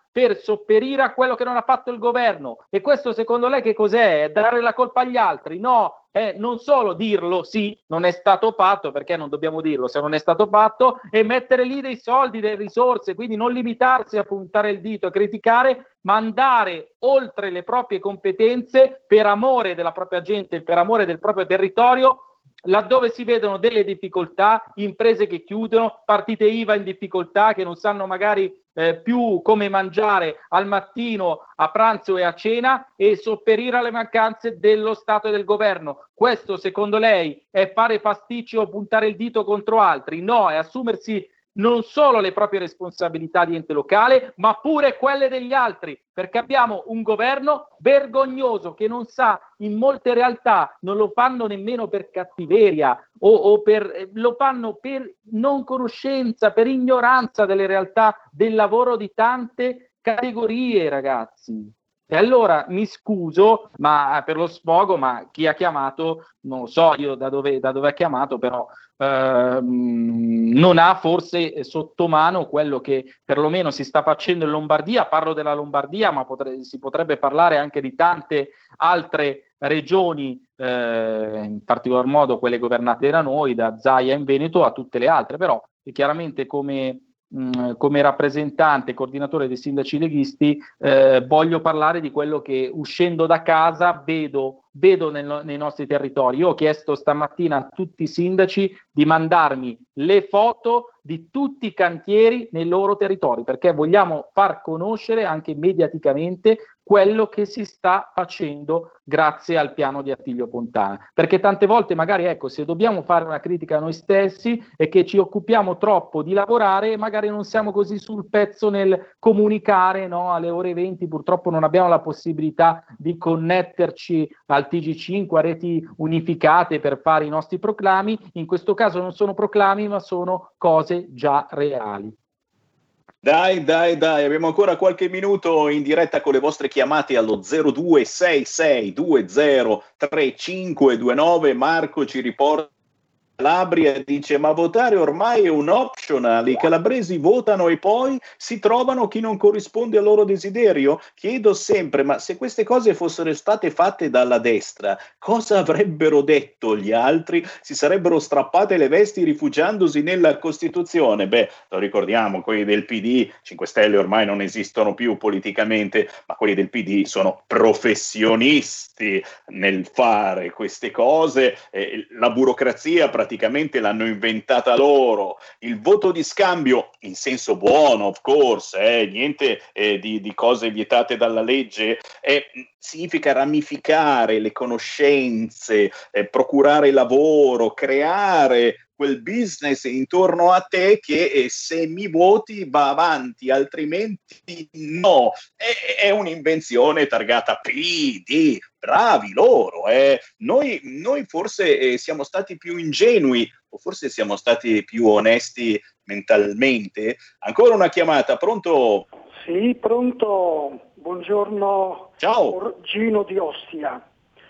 per sopperire a quello che non ha fatto il governo. E questo secondo lei che cos'è? È dare la colpa agli altri? No, è non solo dirlo, sì, non è stato fatto, perché non dobbiamo dirlo se non è stato fatto, e mettere lì dei soldi, delle risorse, quindi non limitarsi a puntare il dito e criticare, ma andare oltre le proprie competenze per amore della propria gente, per amore del proprio territorio, laddove si vedono delle difficoltà, imprese che chiudono, partite I V A in difficoltà, che non sanno magari eh, più come mangiare al mattino, a pranzo e a cena, e sopperire alle mancanze dello Stato e del governo. Questo secondo lei è fare pasticci o puntare il dito contro altri? No, è assumersi non solo le proprie responsabilità di ente locale, ma pure quelle degli altri, perché abbiamo un governo vergognoso che non sa, in molte realtà non lo fanno nemmeno per cattiveria o, o per, lo fanno per non conoscenza, per ignoranza delle realtà del lavoro di tante categorie, ragazzi. E allora mi scuso ma per lo sfogo, ma chi ha chiamato, non lo so io da dove, da dove ha chiamato, però ehm, non ha forse sotto mano quello che perlomeno si sta facendo in Lombardia. Parlo della Lombardia, ma potre, si potrebbe parlare anche di tante altre regioni, eh, in particolar modo quelle governate da noi, da Zaia in Veneto a tutte le altre, però chiaramente come... come rappresentante, coordinatore dei sindaci leghisti, eh, voglio parlare di quello che uscendo da casa vedo, vedo nel, nei nostri territori. Io ho chiesto stamattina a tutti i sindaci di mandarmi le foto di tutti i cantieri nei loro territori, perché vogliamo far conoscere anche mediaticamente quello che si sta facendo grazie al piano di Attilio Fontana, perché tante volte magari, ecco, se dobbiamo fare una critica a noi stessi e che ci occupiamo troppo di lavorare, magari non siamo così sul pezzo nel comunicare, no? Alle ore venti purtroppo non abbiamo la possibilità di connetterci al T G cinque, a reti unificate per fare i nostri proclami. In questo caso non sono proclami, ma sono cose già reali. Dai, dai, dai, abbiamo ancora qualche minuto in diretta con le vostre chiamate allo zero due sei sei due zero tre cinque due nove. Marco ci riporta Calabria, dice: ma votare ormai è un optional, i calabresi votano e poi si trovano chi non corrisponde al loro desiderio. Chiedo sempre, ma se queste cose fossero state fatte dalla destra, cosa avrebbero detto gli altri? Si sarebbero strappate le vesti rifugiandosi nella Costituzione? Beh, lo ricordiamo, quelli del P D, cinque Stelle ormai non esistono più politicamente, ma quelli del P D sono professionisti nel fare queste cose, eh, la burocrazia praticamente praticamente l'hanno inventata loro. Il voto di scambio, in senso buono, of course, eh, niente eh, di, di cose vietate dalla legge, eh, significa ramificare le conoscenze, eh, procurare lavoro, creare quel business intorno a te che eh, se mi voti va avanti, altrimenti no. È, è un'invenzione targata P D, bravi loro. Eh. Noi, noi forse eh, siamo stati più ingenui, o forse siamo stati più onesti mentalmente. Ancora una chiamata, pronto? Sì, pronto, buongiorno. Ciao. Gino di Ostia.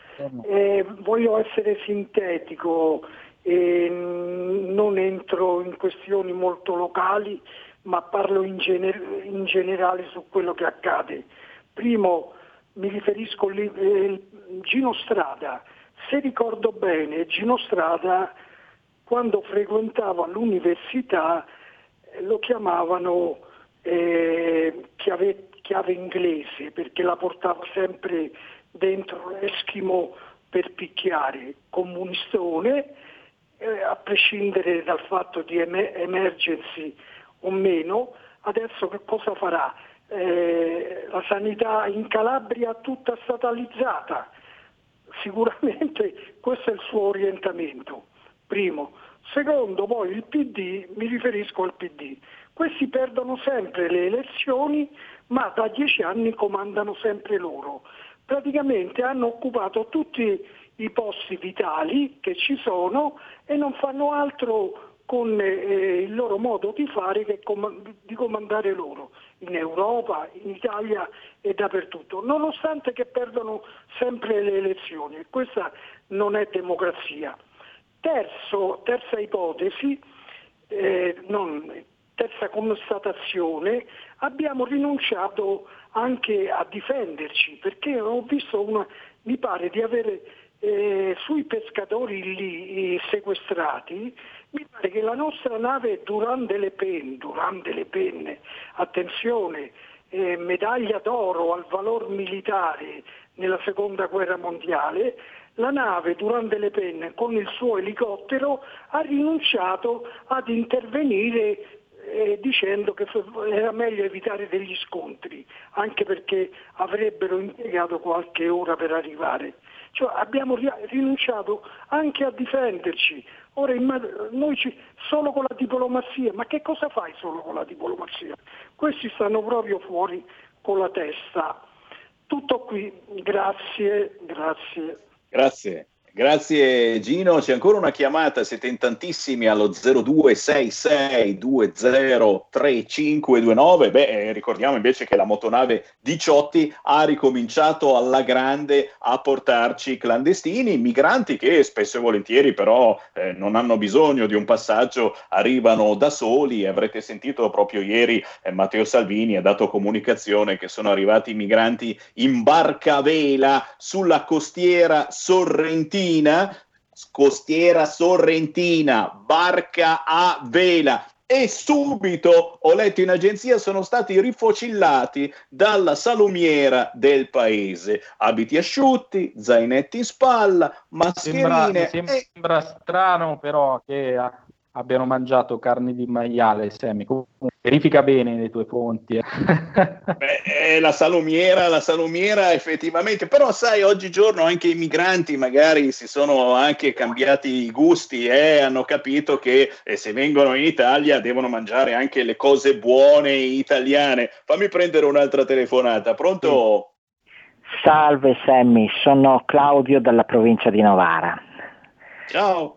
Eh, voglio essere sintetico. E non entro in questioni molto locali, ma parlo in, gener- in generale su quello che accade. Primo, mi riferisco a eh, Gino Strada. Se ricordo bene, Gino Strada, quando frequentava l'università, eh, lo chiamavano eh, chiave, chiave inglese, perché la portava sempre dentro l'Eschimo per picchiare, comunistone. Eh, a prescindere dal fatto di em- emergency o meno, adesso che cosa farà? Eh, la sanità in Calabria tutta statalizzata, sicuramente questo è il suo orientamento, primo. Secondo, poi il P D, mi riferisco al P D, questi perdono sempre le elezioni, ma da dieci anni comandano sempre loro, praticamente hanno occupato tutti i posti vitali che ci sono e non fanno altro con eh, il loro modo di fare che com- di comandare loro in Europa, in Italia e dappertutto, nonostante che perdono sempre le elezioni. Questa non è democrazia. Terzo, terza ipotesi, eh, non terza constatazione, abbiamo rinunciato anche a difenderci, perché ho visto una, mi pare di avere eh, sui pescatori lì eh, sequestrati, mi pare che la nostra nave durante le penne, durante le penne, attenzione, eh, medaglia d'oro al valor militare nella seconda guerra mondiale, la nave durante le penne con il suo elicottero ha rinunciato ad intervenire eh, dicendo che era meglio evitare degli scontri, anche perché avrebbero impiegato qualche ora per arrivare. Cioè abbiamo rinunciato anche a difenderci. Ora noi ci, solo con la diplomazia, ma che cosa fai solo con la diplomazia? Questi stanno proprio fuori con la testa. Tutto qui, grazie, grazie. Grazie. Grazie Gino, c'è ancora una chiamata, siete in tantissimi allo zero due sei sei due zero tre cinque due nove. Beh, ricordiamo invece che la motonave Diciotti ha ricominciato alla grande a portarci clandestini, migranti che spesso e volentieri però eh, non hanno bisogno di un passaggio, arrivano da soli. Avrete sentito proprio ieri eh, Matteo Salvini ha dato comunicazione che sono arrivati migranti in barca a vela sulla costiera sorrentina. Costiera sorrentina, barca a vela, e subito, ho letto in agenzia, sono stati rifocillati dalla salumiera del paese. Abiti asciutti, zainetti in spalla, mascherine. Sembra, e... sembra strano però che abbiano mangiato carne di maiale, Sammy. Comunque, verifica bene le tue fonti. Eh. Beh, la salumiera, la salumiera effettivamente, però sai, oggigiorno anche i migranti magari si sono anche cambiati i gusti e eh, hanno capito che eh, se vengono in Italia devono mangiare anche le cose buone italiane. Fammi prendere un'altra telefonata, pronto? Salve Sammy, sono Claudio dalla provincia di Novara. Ciao.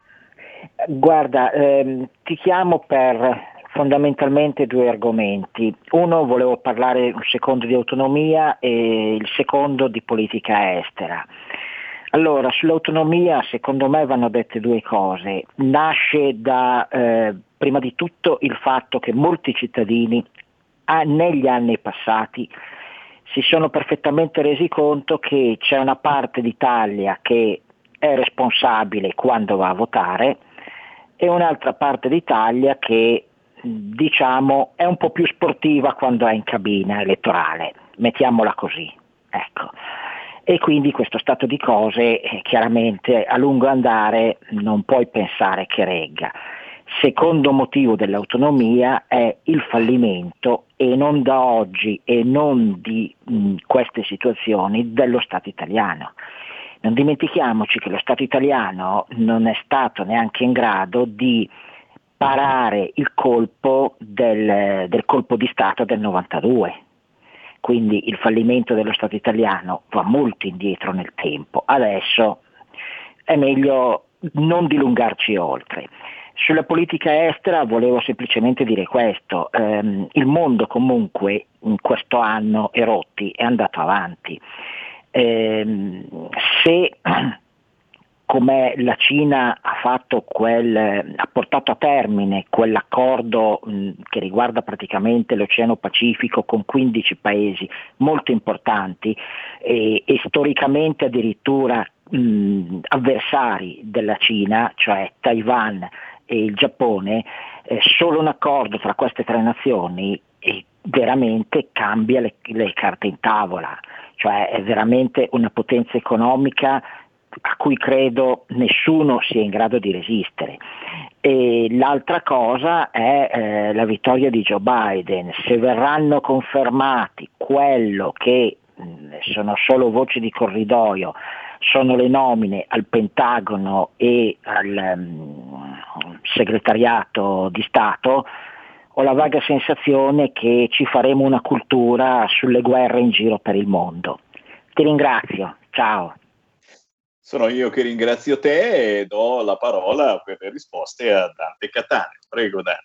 Guarda, ehm, ti chiamo per fondamentalmente due argomenti. Uno, volevo parlare un secondo di autonomia e il secondo di politica estera. Allora, sull'autonomia secondo me vanno dette due cose. Nasce da, eh, prima di tutto, il fatto che molti cittadini ah, negli anni passati si sono perfettamente resi conto che c'è una parte d'Italia che è responsabile quando va a votare e un'altra parte d'Italia che, diciamo, è un po' più sportiva quando è in cabina elettorale, mettiamola così, ecco. E quindi questo stato di cose eh, chiaramente a lungo andare non puoi pensare che regga. Secondo motivo dell'autonomia è il fallimento, e non da oggi e non di mh, queste situazioni, dello Stato italiano. Non dimentichiamoci che lo Stato italiano non è stato neanche in grado di parare il colpo del, del colpo di Stato del novantadue. Quindi il fallimento dello Stato italiano va molto indietro nel tempo. Adesso è meglio non dilungarci oltre. Sulla politica estera volevo semplicemente dire questo. Ehm, il mondo comunque in questo anno e rotti è andato avanti. Eh, se come la Cina ha fatto quel, ha portato a termine quell'accordo mh, che riguarda praticamente l'Oceano Pacifico con quindici paesi molto importanti e, e storicamente addirittura mh, avversari della Cina, cioè Taiwan e il Giappone, eh, solo un accordo fra queste tre nazioni eh, veramente cambia le, le carte in tavola. Cioè è veramente una potenza economica a cui credo nessuno sia in grado di resistere. E l'altra cosa è eh, la vittoria di Joe Biden. Se verranno confermati quello che mh, sono solo voci di corridoio, sono le nomine al Pentagono e al um, segretariato di Stato, ho la vaga sensazione che ci faremo una cultura sulle guerre in giro per il mondo. Ti ringrazio, ciao. Sono io che ringrazio te e do la parola per le risposte a Dante Cattaneo. Prego Dante.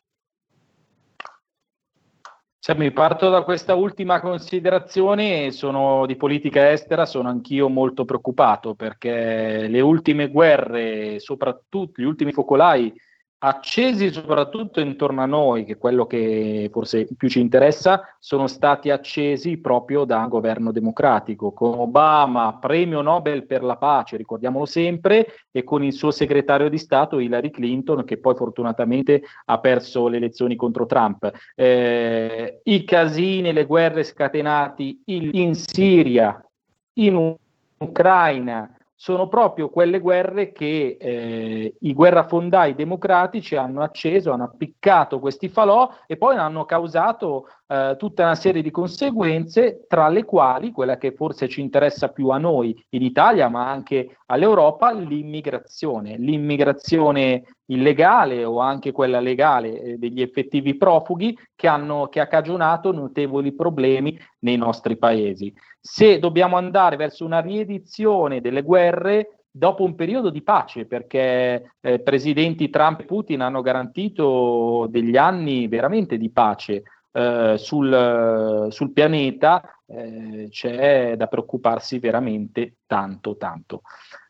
Cioè, mi parto da questa ultima considerazione, sono di politica estera, sono anch'io molto preoccupato perché le ultime guerre, soprattutto gli ultimi focolai, accesi soprattutto intorno a noi, che è quello che forse più ci interessa, sono stati accesi proprio da un governo democratico, con Obama, premio Nobel per la pace, ricordiamolo sempre, e con il suo segretario di Stato Hillary Clinton, che poi fortunatamente ha perso le elezioni contro Trump. Eh, i casini, le guerre scatenati in, in Siria, in Ucraina, sono proprio quelle guerre che eh, i guerrafondai democratici hanno acceso, hanno appiccato questi falò e poi hanno causato eh, tutta una serie di conseguenze, tra le quali quella che forse ci interessa più a noi in Italia, ma anche all'Europa, l'immigrazione. L'immigrazione illegale o anche quella legale eh, degli effettivi profughi che hanno che ha cagionato notevoli problemi nei nostri paesi. Se dobbiamo andare verso una riedizione delle guerre dopo un periodo di pace, perché eh, presidenti Trump e Putin hanno garantito degli anni veramente di pace eh, sul, sul pianeta, eh, c'è da preoccuparsi veramente tanto tanto.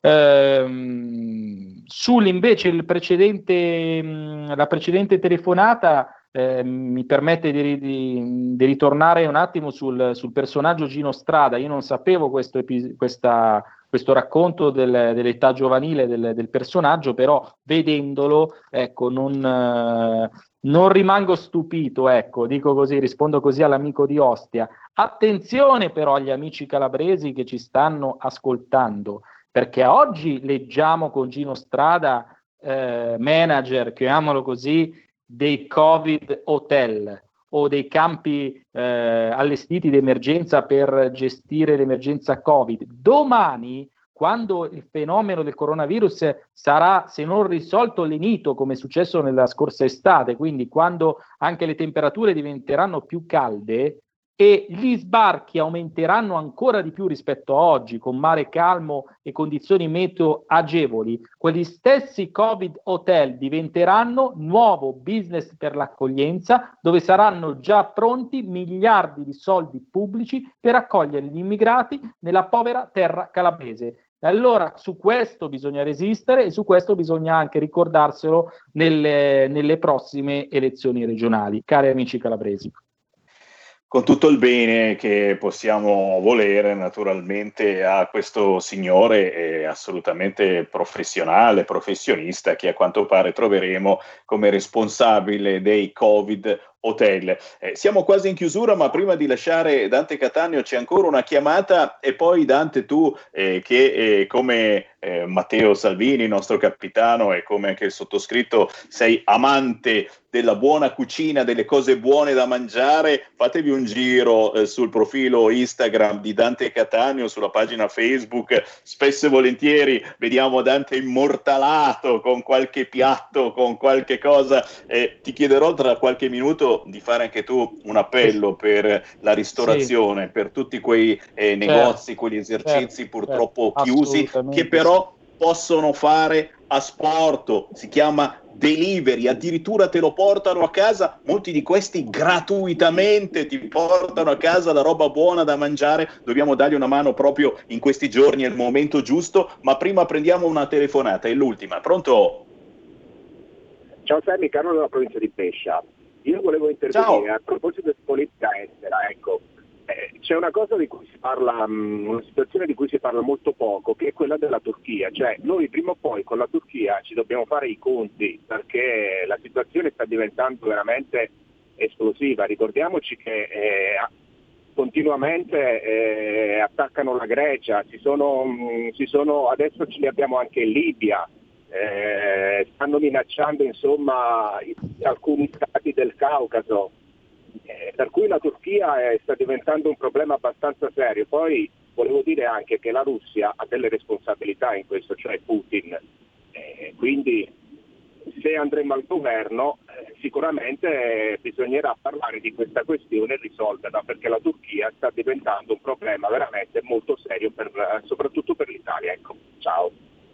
Ehm, sul invece il precedente mh, la precedente telefonata eh, mi permette di, di, di ritornare un attimo sul, sul personaggio Gino Strada. Io non sapevo questo, epi- questa, questo racconto del, dell'età giovanile del, del personaggio, però vedendolo, ecco, non, eh, non rimango stupito, ecco, dico così, rispondo così all'amico di Ostia. Attenzione però agli amici calabresi che ci stanno ascoltando, perché oggi leggiamo con Gino Strada, eh, manager, chiamiamolo così, dei Covid hotel o dei campi eh, allestiti di emergenza per gestire l'emergenza Covid. Domani, quando il fenomeno del coronavirus sarà, se non risolto, lenito, come è successo nella scorsa estate, quindi quando anche le temperature diventeranno più calde e gli sbarchi aumenteranno ancora di più rispetto a oggi, con mare calmo e condizioni meteo agevoli, quegli stessi Covid hotel diventeranno nuovo business per l'accoglienza, dove saranno già pronti miliardi di soldi pubblici per accogliere gli immigrati nella povera terra calabrese. Allora su questo bisogna resistere e su questo bisogna anche ricordarselo nelle, nelle prossime elezioni regionali, cari amici calabresi. Con tutto il bene che possiamo volere naturalmente a questo signore eh, assolutamente professionale, professionista, che a quanto pare troveremo come responsabile dei Covid hotel. Eh, siamo quasi in chiusura, ma prima di lasciare Dante Cattaneo c'è ancora una chiamata e poi Dante, tu eh, che eh, come eh, Matteo Salvini, il nostro capitano, e come anche il sottoscritto sei amante della buona cucina, delle cose buone da mangiare, fatevi un giro eh, sul profilo Instagram di Dante Cattaneo, sulla pagina Facebook. Spesso e volentieri vediamo Dante immortalato con qualche piatto, con qualche cosa. Eh, ti chiederò tra qualche minuto di fare anche tu un appello per la ristorazione, sì, per tutti quei eh, negozi, certo, quegli esercizi certo, purtroppo certo, chiusi, che però possono fare asporto, si chiama delivery, addirittura te lo portano a casa, molti di questi gratuitamente ti portano a casa la roba buona da mangiare. Dobbiamo dargli una mano proprio in questi giorni, è il momento giusto, ma prima prendiamo una telefonata, è l'ultima. Pronto? Ciao Sammy, Carlo della provincia di Pescia. Io volevo intervenire Ciao. a proposito di politica estera, ecco. Eh, c'è una cosa di cui si parla, mh, una situazione di cui si parla molto poco, che è quella della Turchia. Cioè noi prima o poi con la Turchia ci dobbiamo fare i conti, perché la situazione sta diventando veramente esplosiva. Ricordiamoci che eh, continuamente eh, attaccano la Grecia, si sono, mh, si sono, adesso ce li abbiamo anche in Libia. Eh, stanno minacciando insomma alcuni stati del Caucaso, eh, per cui la Turchia è, sta diventando un problema abbastanza serio. Poi volevo dire anche che la Russia ha delle responsabilità in questo, cioè Putin, eh, quindi se andremo al governo eh, sicuramente eh, bisognerà parlare di questa questione e risolverla, perché la Turchia sta diventando un problema veramente molto serio per, eh, soprattutto per l'Italia. Ecco, ciao.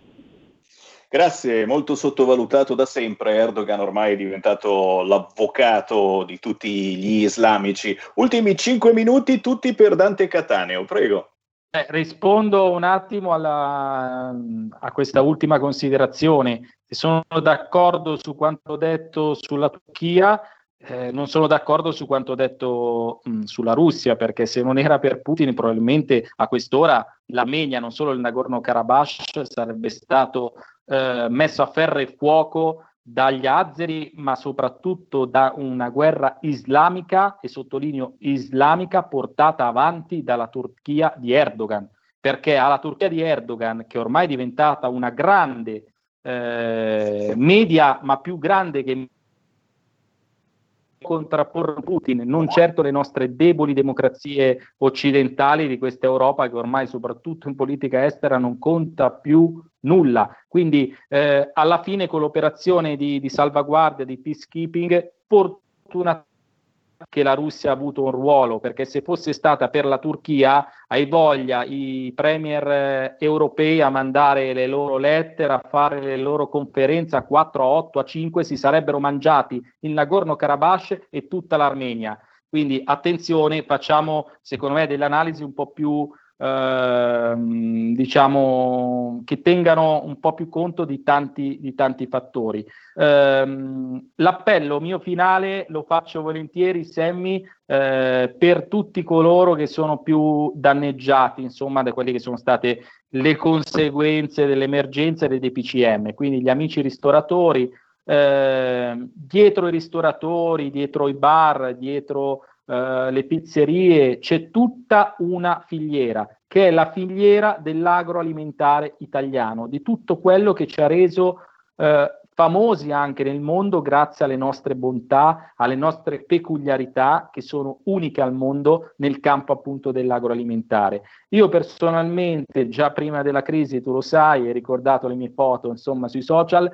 Grazie, molto sottovalutato da sempre. Erdogan ormai è diventato l'avvocato di tutti gli islamici. Ultimi cinque minuti tutti per Dante Cattaneo, prego. Eh, rispondo un attimo alla, a questa ultima considerazione. Sono d'accordo su quanto detto sulla Turchia, eh, non sono d'accordo su quanto detto mh, sulla Russia, perché se non era per Putin probabilmente a quest'ora l'Armenia, non solo il Nagorno-Karabakh, sarebbe stato eh, messo a ferro e fuoco dagli azeri, ma soprattutto da una guerra islamica, e sottolineo islamica, portata avanti dalla Turchia di Erdogan, perché alla Turchia di Erdogan, che ormai è diventata una grande eh, media, ma più grande che contrapporre Putin, non certo le nostre deboli democrazie occidentali di questa Europa, che ormai soprattutto in politica estera non conta più nulla. Quindi eh, alla fine con l'operazione di, di salvaguardia, di peacekeeping, fortunatamente che la Russia ha avuto un ruolo, perché se fosse stata per la Turchia, hai voglia i premier eh, europei a mandare le loro lettere, a fare le loro conferenze a quattro, a otto, a cinque, si sarebbero mangiati il Nagorno-Karabakh e tutta l'Armenia. Quindi attenzione, facciamo secondo me delle analisi un po' più eh, diciamo che tengano un po' più conto di tanti, di tanti fattori. Eh, l'appello mio finale lo faccio volentieri, Sammy, eh, per tutti coloro che sono più danneggiati, insomma, da quelle che sono state le conseguenze dell'emergenza e dei D P C M, quindi gli amici ristoratori, eh, dietro i ristoratori, dietro i bar, dietro Uh, le pizzerie, c'è tutta una filiera che è la filiera dell'agroalimentare italiano, di tutto quello che ci ha reso uh, famosi anche nel mondo grazie alle nostre bontà, alle nostre peculiarità che sono uniche al mondo nel campo appunto dell'agroalimentare. Io personalmente già prima della crisi, tu lo sai, hai ricordato le mie foto insomma sui social,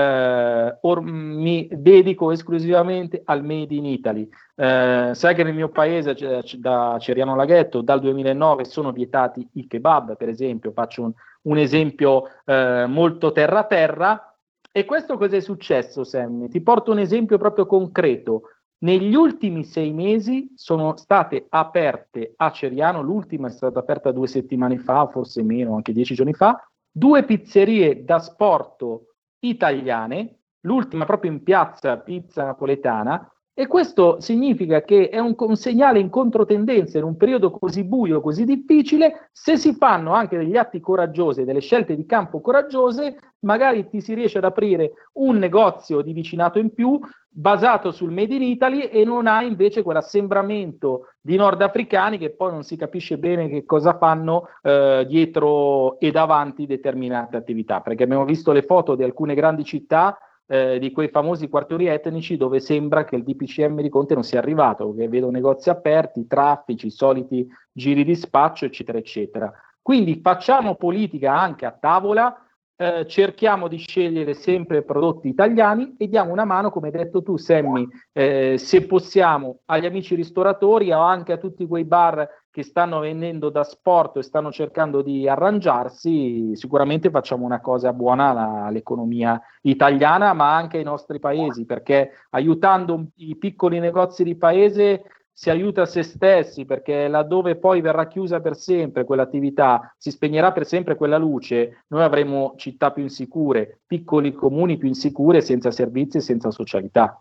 eh, or- mi dedico esclusivamente al Made in Italy. Eh, sai che nel mio paese, c- c- da Ceriano Laghetto, dal duemilanove sono vietati i kebab, per esempio, faccio un, un esempio eh, molto terra terra. E questo cosa è successo, Sammy? Ti porto un esempio proprio concreto. Negli ultimi sei mesi sono state aperte a Ceriano, l'ultima è stata aperta due settimane fa, forse meno, anche dieci giorni fa, due pizzerie da sport italiane, l'ultima proprio in piazza Pizza Napoletana, e questo significa che è un, un segnale in controtendenza in un periodo così buio, così difficile. Se si fanno anche degli atti coraggiosi, delle scelte di campo coraggiose, magari ti si riesce ad aprire un negozio di vicinato in più basato sul Made in Italy e non hai invece quell'assembramento di nordafricani che poi non si capisce bene che cosa fanno eh, dietro e davanti determinate attività, perché abbiamo visto le foto di alcune grandi città, Eh, di quei famosi quartieri etnici dove sembra che il D P C M di Conte non sia arrivato, che vedo negozi aperti, traffici, i soliti giri di spaccio, eccetera, eccetera. Quindi facciamo politica anche a tavola, eh, cerchiamo di scegliere sempre prodotti italiani e diamo una mano, come hai detto tu, Sammy, eh, se possiamo, agli amici ristoratori o anche a tutti quei bar che stanno vendendo da sport e stanno cercando di arrangiarsi. Sicuramente facciamo una cosa buona alla, all'economia italiana, ma anche ai nostri paesi, perché aiutando i piccoli negozi di paese si aiuta se stessi, perché laddove poi verrà chiusa per sempre quell'attività, si spegnerà per sempre quella luce, noi avremo città più insicure, piccoli comuni più insicure, senza servizi e senza socialità.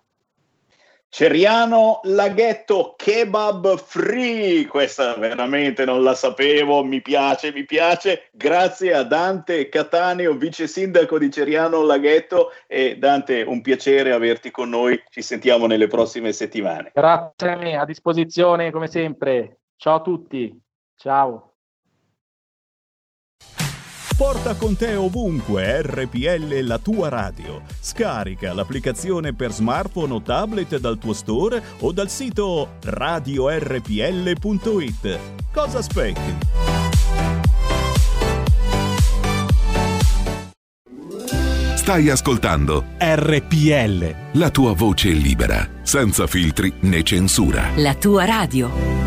Ceriano Laghetto, kebab free, questa veramente non la sapevo, mi piace, mi piace. Grazie a Dante Cattaneo, vice sindaco di Ceriano Laghetto, e Dante, un piacere averti con noi, ci sentiamo nelle prossime settimane. Grazie a me, a disposizione come sempre. Ciao a tutti, ciao. Porta con te ovunque R P L, la tua radio. Scarica l'applicazione per smartphone o tablet dal tuo store o dal sito radio r p l punto i t. Cosa aspetti? Stai ascoltando R P L, la tua voce libera, senza filtri né censura. La tua radio.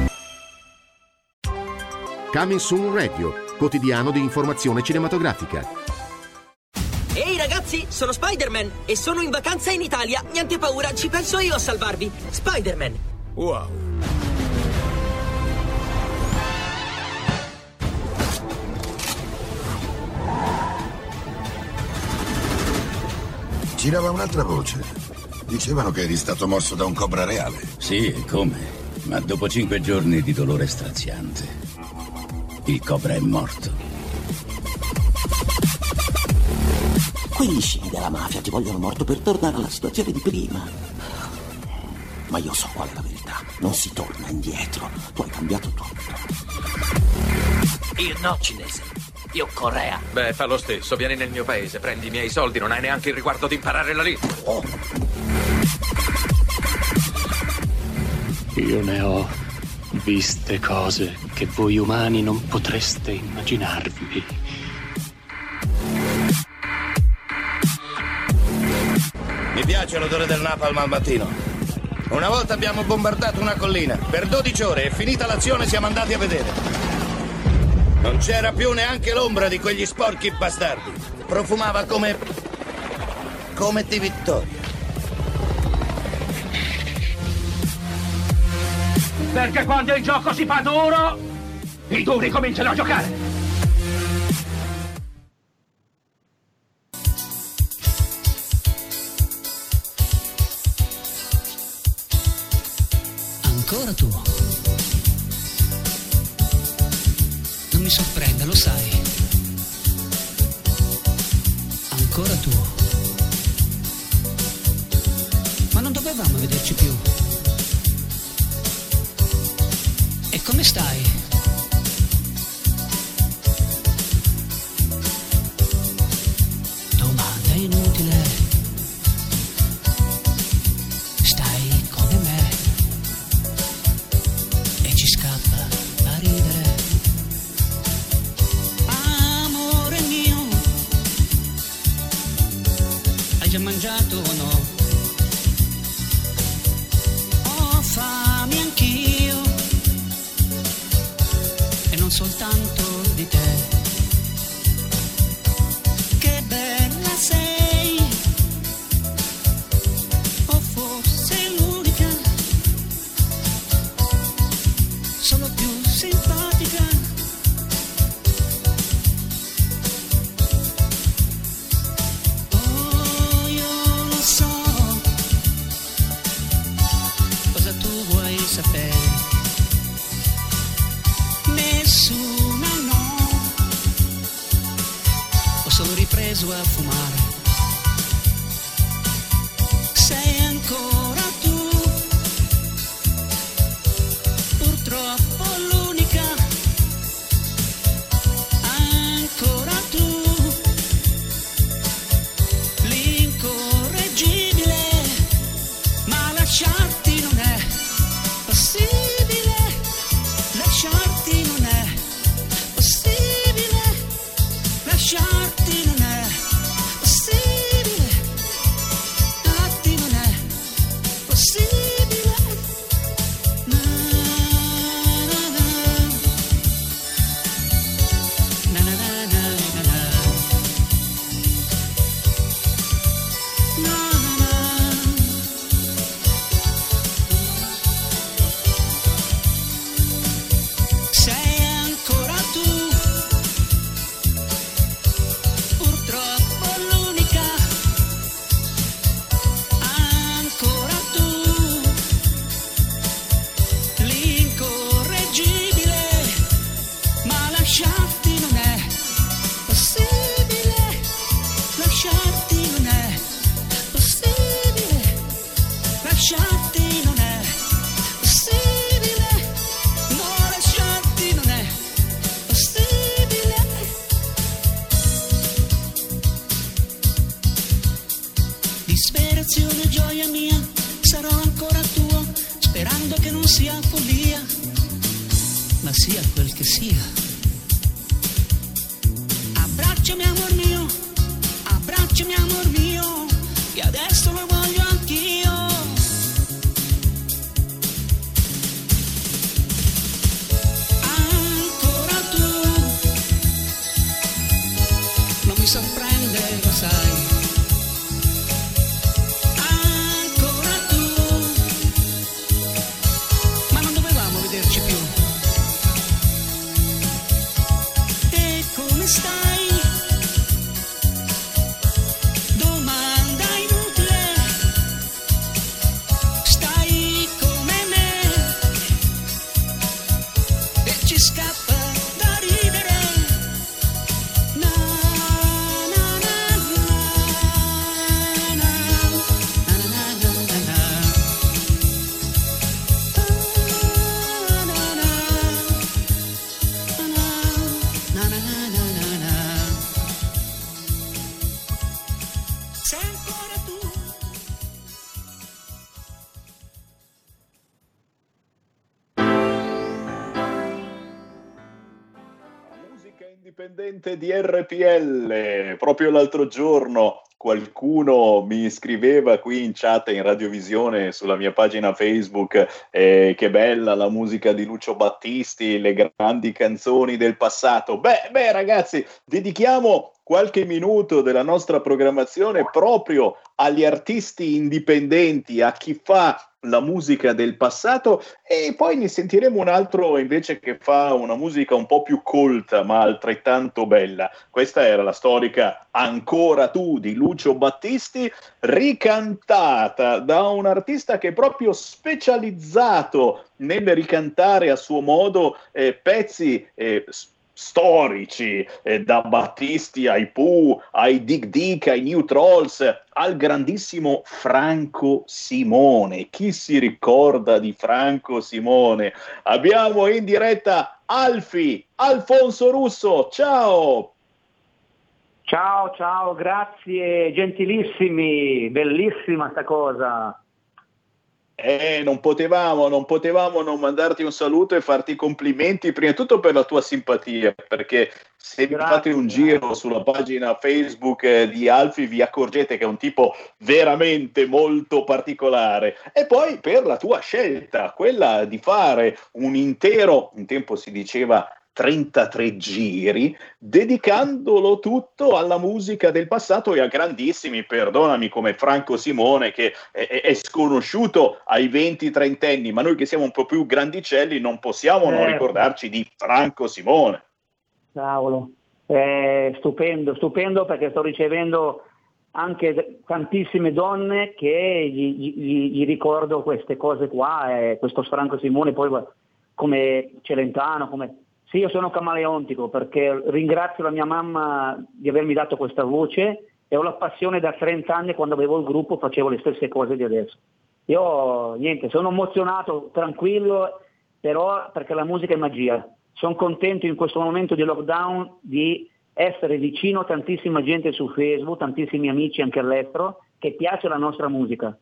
Coming Soon Radio, quotidiano di informazione cinematografica. Ehi ragazzi, sono Spider-Man e sono in vacanza in Italia. Niente paura, ci penso io a salvarvi. Spider-Man. Wow. Girava un'altra voce. Dicevano che eri stato morso da un cobra reale. Sì, e come? Ma dopo cinque giorni di dolore straziante, il cobra è morto. Quegli scimi della mafia ti vogliono morto per tornare alla situazione di prima. Ma io so qual è la verità. Non si torna indietro. Tu hai cambiato tutto. Io no, cinese. Io Corea. Beh, fa lo stesso. Vieni nel mio paese, prendi i miei soldi, non hai neanche il riguardo di imparare la lingua. Oh. Io ne ho viste cose che voi umani non potreste immaginarvi. Mi piace l'odore del napalm al mattino. Una volta abbiamo bombardato una collina. Per dodici ore e finita l'azione siamo andati a vedere. Non c'era più neanche l'ombra di quegli sporchi bastardi. Profumava come... come di vittoria. Perché quando il gioco si fa duro, i duri cominciano a giocare. Ancora tu. Non mi sorprende, lo sai. Ancora tu. Ma non dovevamo vederci più. E come stai? Domanda inutile. Stai come me. E ci scappa a ridere. Amore mio, hai già mangiato o no? Ho fame anch'io, e non soltanto di te. Che bella sei, o forse l'unica, solo più simpatica. Oh, io lo so cosa tu vuoi sapere. Nessuna no, ho solo ripreso a fumare. Sei ancora tu, purtroppo l'unica. Ancora tu, l'incorreggibile. Ma lasciarti non è possibile. Lasciarti non è possibile, lasciarti non è possibile, lasciarti non è possibile. Na, na, na. Na, na, na, na, na, na. Na, na, na. Sei ancora tu, purtroppo l'unica. Ancora tu, l'incorreggibile. Ma lasciarti non è possibile, lasciarti non è possibile, lasciarti non è possibile. No, lasciarti non è possibile. Disperazione, gioia mia, sarò ancora tua, sperando che non sia follia, ma sia quel che sia. Abbracciami amor mio, abbracciami amor mio, che adesso lo voglio anch'io. Ancora tu, non mi sorprende, lo sai. Ancora tu, ma non dovevamo vederci più. E come stai? Domanda inutile. indipendente di R P L. Proprio l'altro giorno qualcuno mi scriveva qui in chat in radiovisione sulla mia pagina Facebook eh, che bella la musica di Lucio Battisti, le grandi canzoni del passato. Beh, beh ragazzi, dedichiamo qualche minuto della nostra programmazione proprio agli artisti indipendenti, a chi fa la musica del passato, e poi ne sentiremo un altro invece che fa una musica un po' più colta ma altrettanto bella. Questa era la storica Ancora tu di Lucio Battisti, ricantata da un artista che è proprio specializzato nel ricantare a suo modo eh, pezzi eh, storici, eh, da Battisti ai Pooh, ai Dick Dick, ai New Trolls, al grandissimo Franco Simone. Chi si ricorda di Franco Simone? Abbiamo in diretta Alfie, Alfonso Russo, ciao! Ciao, ciao, grazie, gentilissimi, bellissima sta cosa. Eh, non potevamo, non potevamo non mandarti un saluto e farti i complimenti, prima di tutto per la tua simpatia, perché se vi fate un giro sulla pagina Facebook eh, di Alfie vi accorgete che è un tipo veramente molto particolare, e poi per la tua scelta, quella di fare un intero, un tempo si diceva trentatré giri, dedicandolo tutto alla musica del passato e a grandissimi, perdonami, come Franco Simone, che è, è sconosciuto ai venti trentenni, ma noi che siamo un po' più grandicelli non possiamo non ricordarci di Franco Simone. Cavolo, è stupendo, stupendo, perché sto ricevendo anche tantissime donne che gli, gli, gli ricordo queste cose qua, eh, questo Franco Simone, poi come Celentano, come... Sì, io sono camaleontico, perché ringrazio la mia mamma di avermi dato questa voce, e ho la passione da trenta anni. Quando avevo il gruppo facevo le stesse cose di adesso. Io, niente, sono emozionato, tranquillo, però perché la musica è magia. Sono contento in questo momento di lockdown di essere vicino a tantissima gente su Facebook, tantissimi amici anche all'estero, che piace la nostra musica.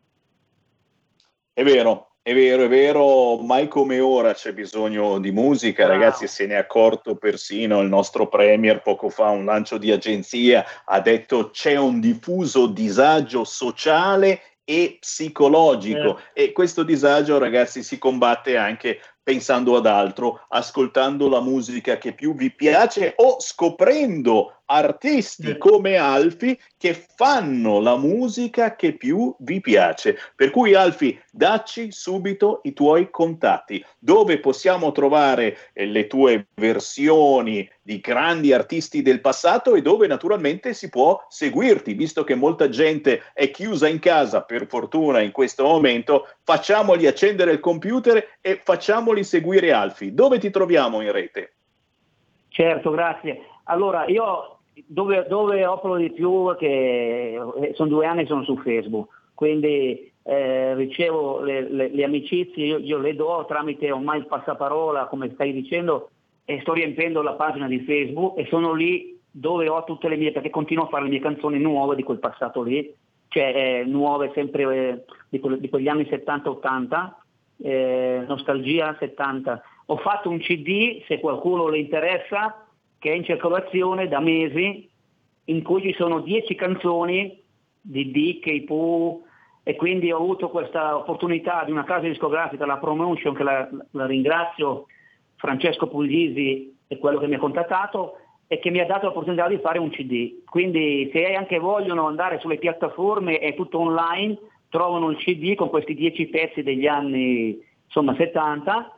È vero. È vero, è vero, mai come ora c'è bisogno di musica, wow. Ragazzi, se ne è accorto persino il nostro premier poco fa, un lancio di agenzia, ha detto c'è un diffuso disagio sociale e psicologico, eh. e questo disagio, ragazzi, si combatte anche pensando ad altro, ascoltando la musica che più vi piace o scoprendo artisti come Alfie che fanno la musica che più vi piace. Per cui Alfie, dacci subito i tuoi contatti, dove possiamo trovare eh, le tue versioni di grandi artisti del passato e dove naturalmente si può seguirti, visto che molta gente è chiusa in casa, per fortuna in questo momento, facciamogli accendere il computer e facciamoli seguire Alfie. Dove ti troviamo in rete? Certo, grazie. Allora, io dove, dove opero di più, che sono due anni che sono su Facebook, quindi eh, ricevo le, le, le amicizie, io, io le do tramite ormai il passaparola, come stai dicendo, e sto riempiendo la pagina di Facebook, e sono lì dove ho tutte le mie, perché continuo a fare le mie canzoni nuove di quel passato lì, cioè eh, nuove sempre eh, di, que- di quegli anni settanta ottanta, eh, nostalgia settanta. Ho fatto un C D, se qualcuno le interessa, che è in circolazione da mesi, in cui ci sono dieci canzoni di Dick, i Pooh, e quindi ho avuto questa opportunità di una casa discografica, la Promotion, che la, la ringrazio, Francesco Puglisi è quello che mi ha contattato e che mi ha dato l'opportunità di fare un C D. Quindi se anche vogliono andare sulle piattaforme, è tutto online, trovano il C D con questi dieci pezzi degli anni, insomma, settanta,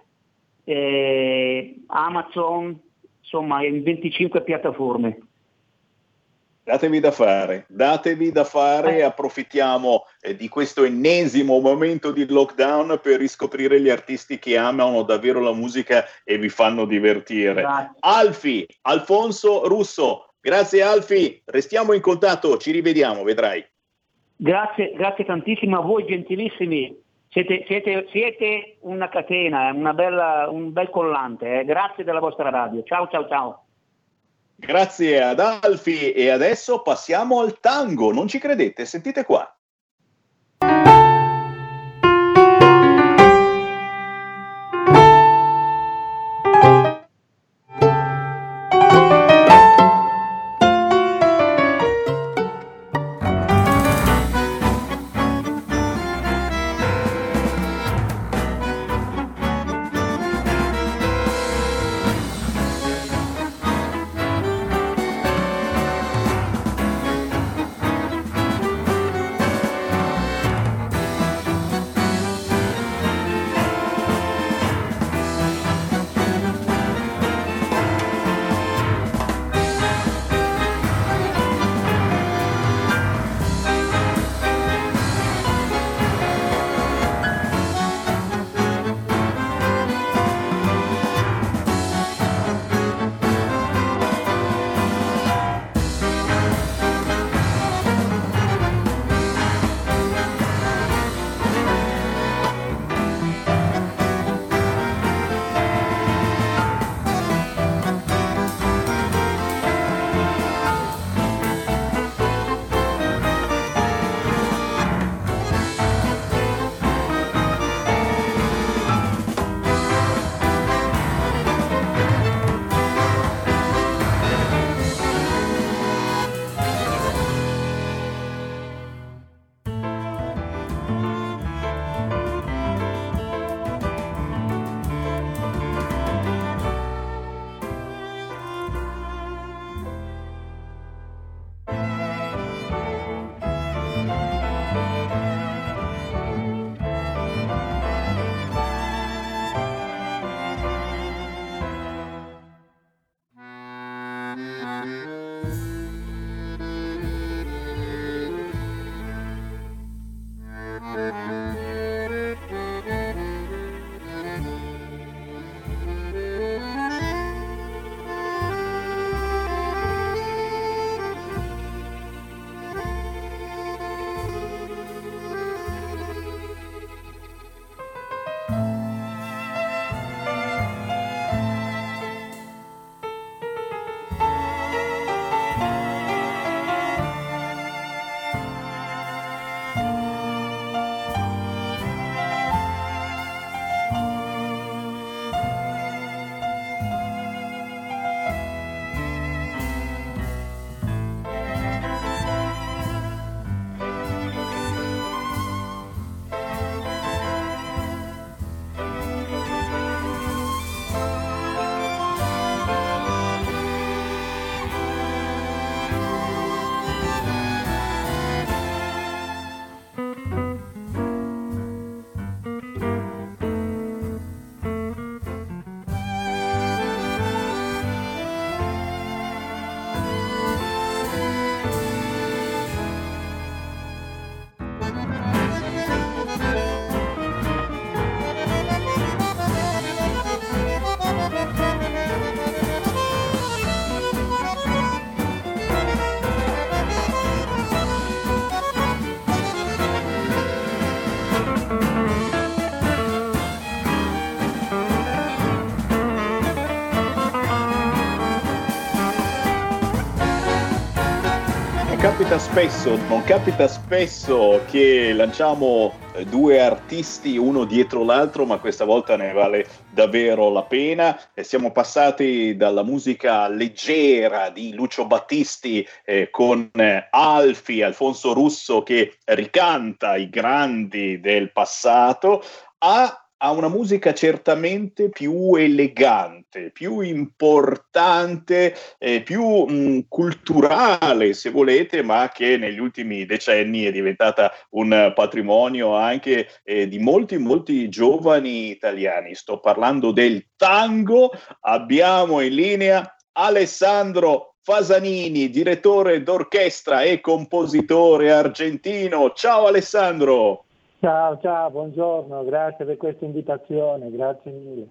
eh, Amazon, insomma, in venticinque piattaforme. Datevi da fare, datevi da fare, eh. approfittiamo eh, di questo ennesimo momento di lockdown per riscoprire gli artisti che amano davvero la musica e vi fanno divertire. Grazie. Alfie, Alfonso Russo, grazie Alfie, restiamo in contatto, ci rivediamo, vedrai. Grazie, grazie tantissimo a voi gentilissimi, siete, siete, siete una catena, una bella, un bel collante, eh. Grazie della vostra radio, ciao ciao ciao. Grazie ad Alfie, e adesso passiamo al tango, non ci credete? Sentite qua. capita spesso, non capita spesso che lanciamo due artisti uno dietro l'altro, ma questa volta ne vale davvero la pena. E siamo passati dalla musica leggera di Lucio Battisti eh, con eh, Alfi, Alfonso Russo che ricanta i grandi del passato, a ha una musica certamente più elegante, più importante, eh, più mh, culturale, se volete, ma che negli ultimi decenni è diventata un patrimonio anche eh, di molti, molti giovani italiani. Sto parlando del tango. Abbiamo in linea Alessandro Fasanini, direttore d'orchestra e compositore argentino. Ciao Alessandro! Ciao, ciao, buongiorno, grazie per questa invitazione, grazie mille.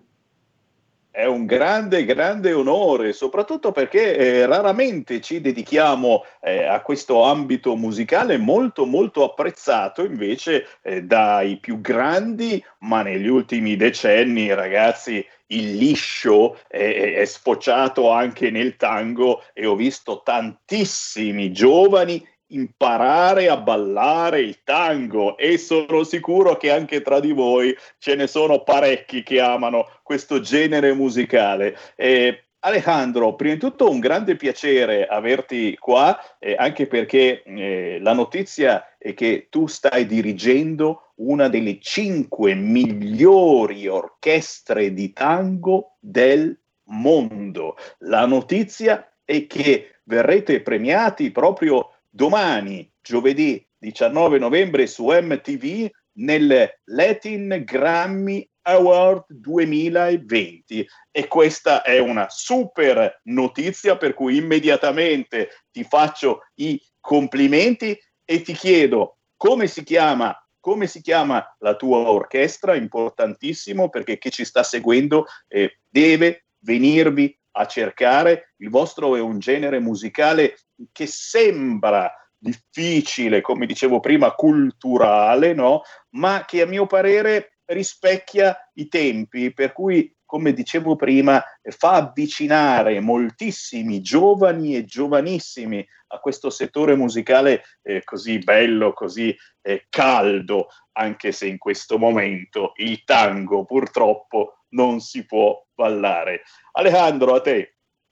È un grande, grande onore, soprattutto perché eh, raramente ci dedichiamo eh, a questo ambito musicale molto, molto apprezzato invece eh, dai più grandi, ma negli ultimi decenni, ragazzi, il liscio è, è sfociato anche nel tango e ho visto tantissimi giovani imparare a ballare il tango e sono sicuro che anche tra di voi ce ne sono parecchi che amano questo genere musicale. Eh, Alejandro, prima di tutto un grande piacere averti qua, eh, anche perché eh, la notizia è che tu stai dirigendo una delle cinque migliori orchestre di tango del mondo. La notizia è che verrete premiati proprio domani, giovedì diciannove novembre, su M T V nel Latin Grammy Award duemilaventi, e questa è una super notizia per cui immediatamente ti faccio i complimenti e ti chiedo come si chiama come si chiama la tua orchestra, importantissimo perché chi ci sta seguendo eh, deve venirvi a cercare. Il vostro è un genere musicale che sembra difficile, come dicevo prima, culturale, no? Ma che a mio parere rispecchia i tempi, per cui, come dicevo prima, fa avvicinare moltissimi giovani e giovanissimi a questo settore musicale eh, così bello, così eh, caldo, anche se in questo momento il tango purtroppo non si può ballare. Alejandro, a te.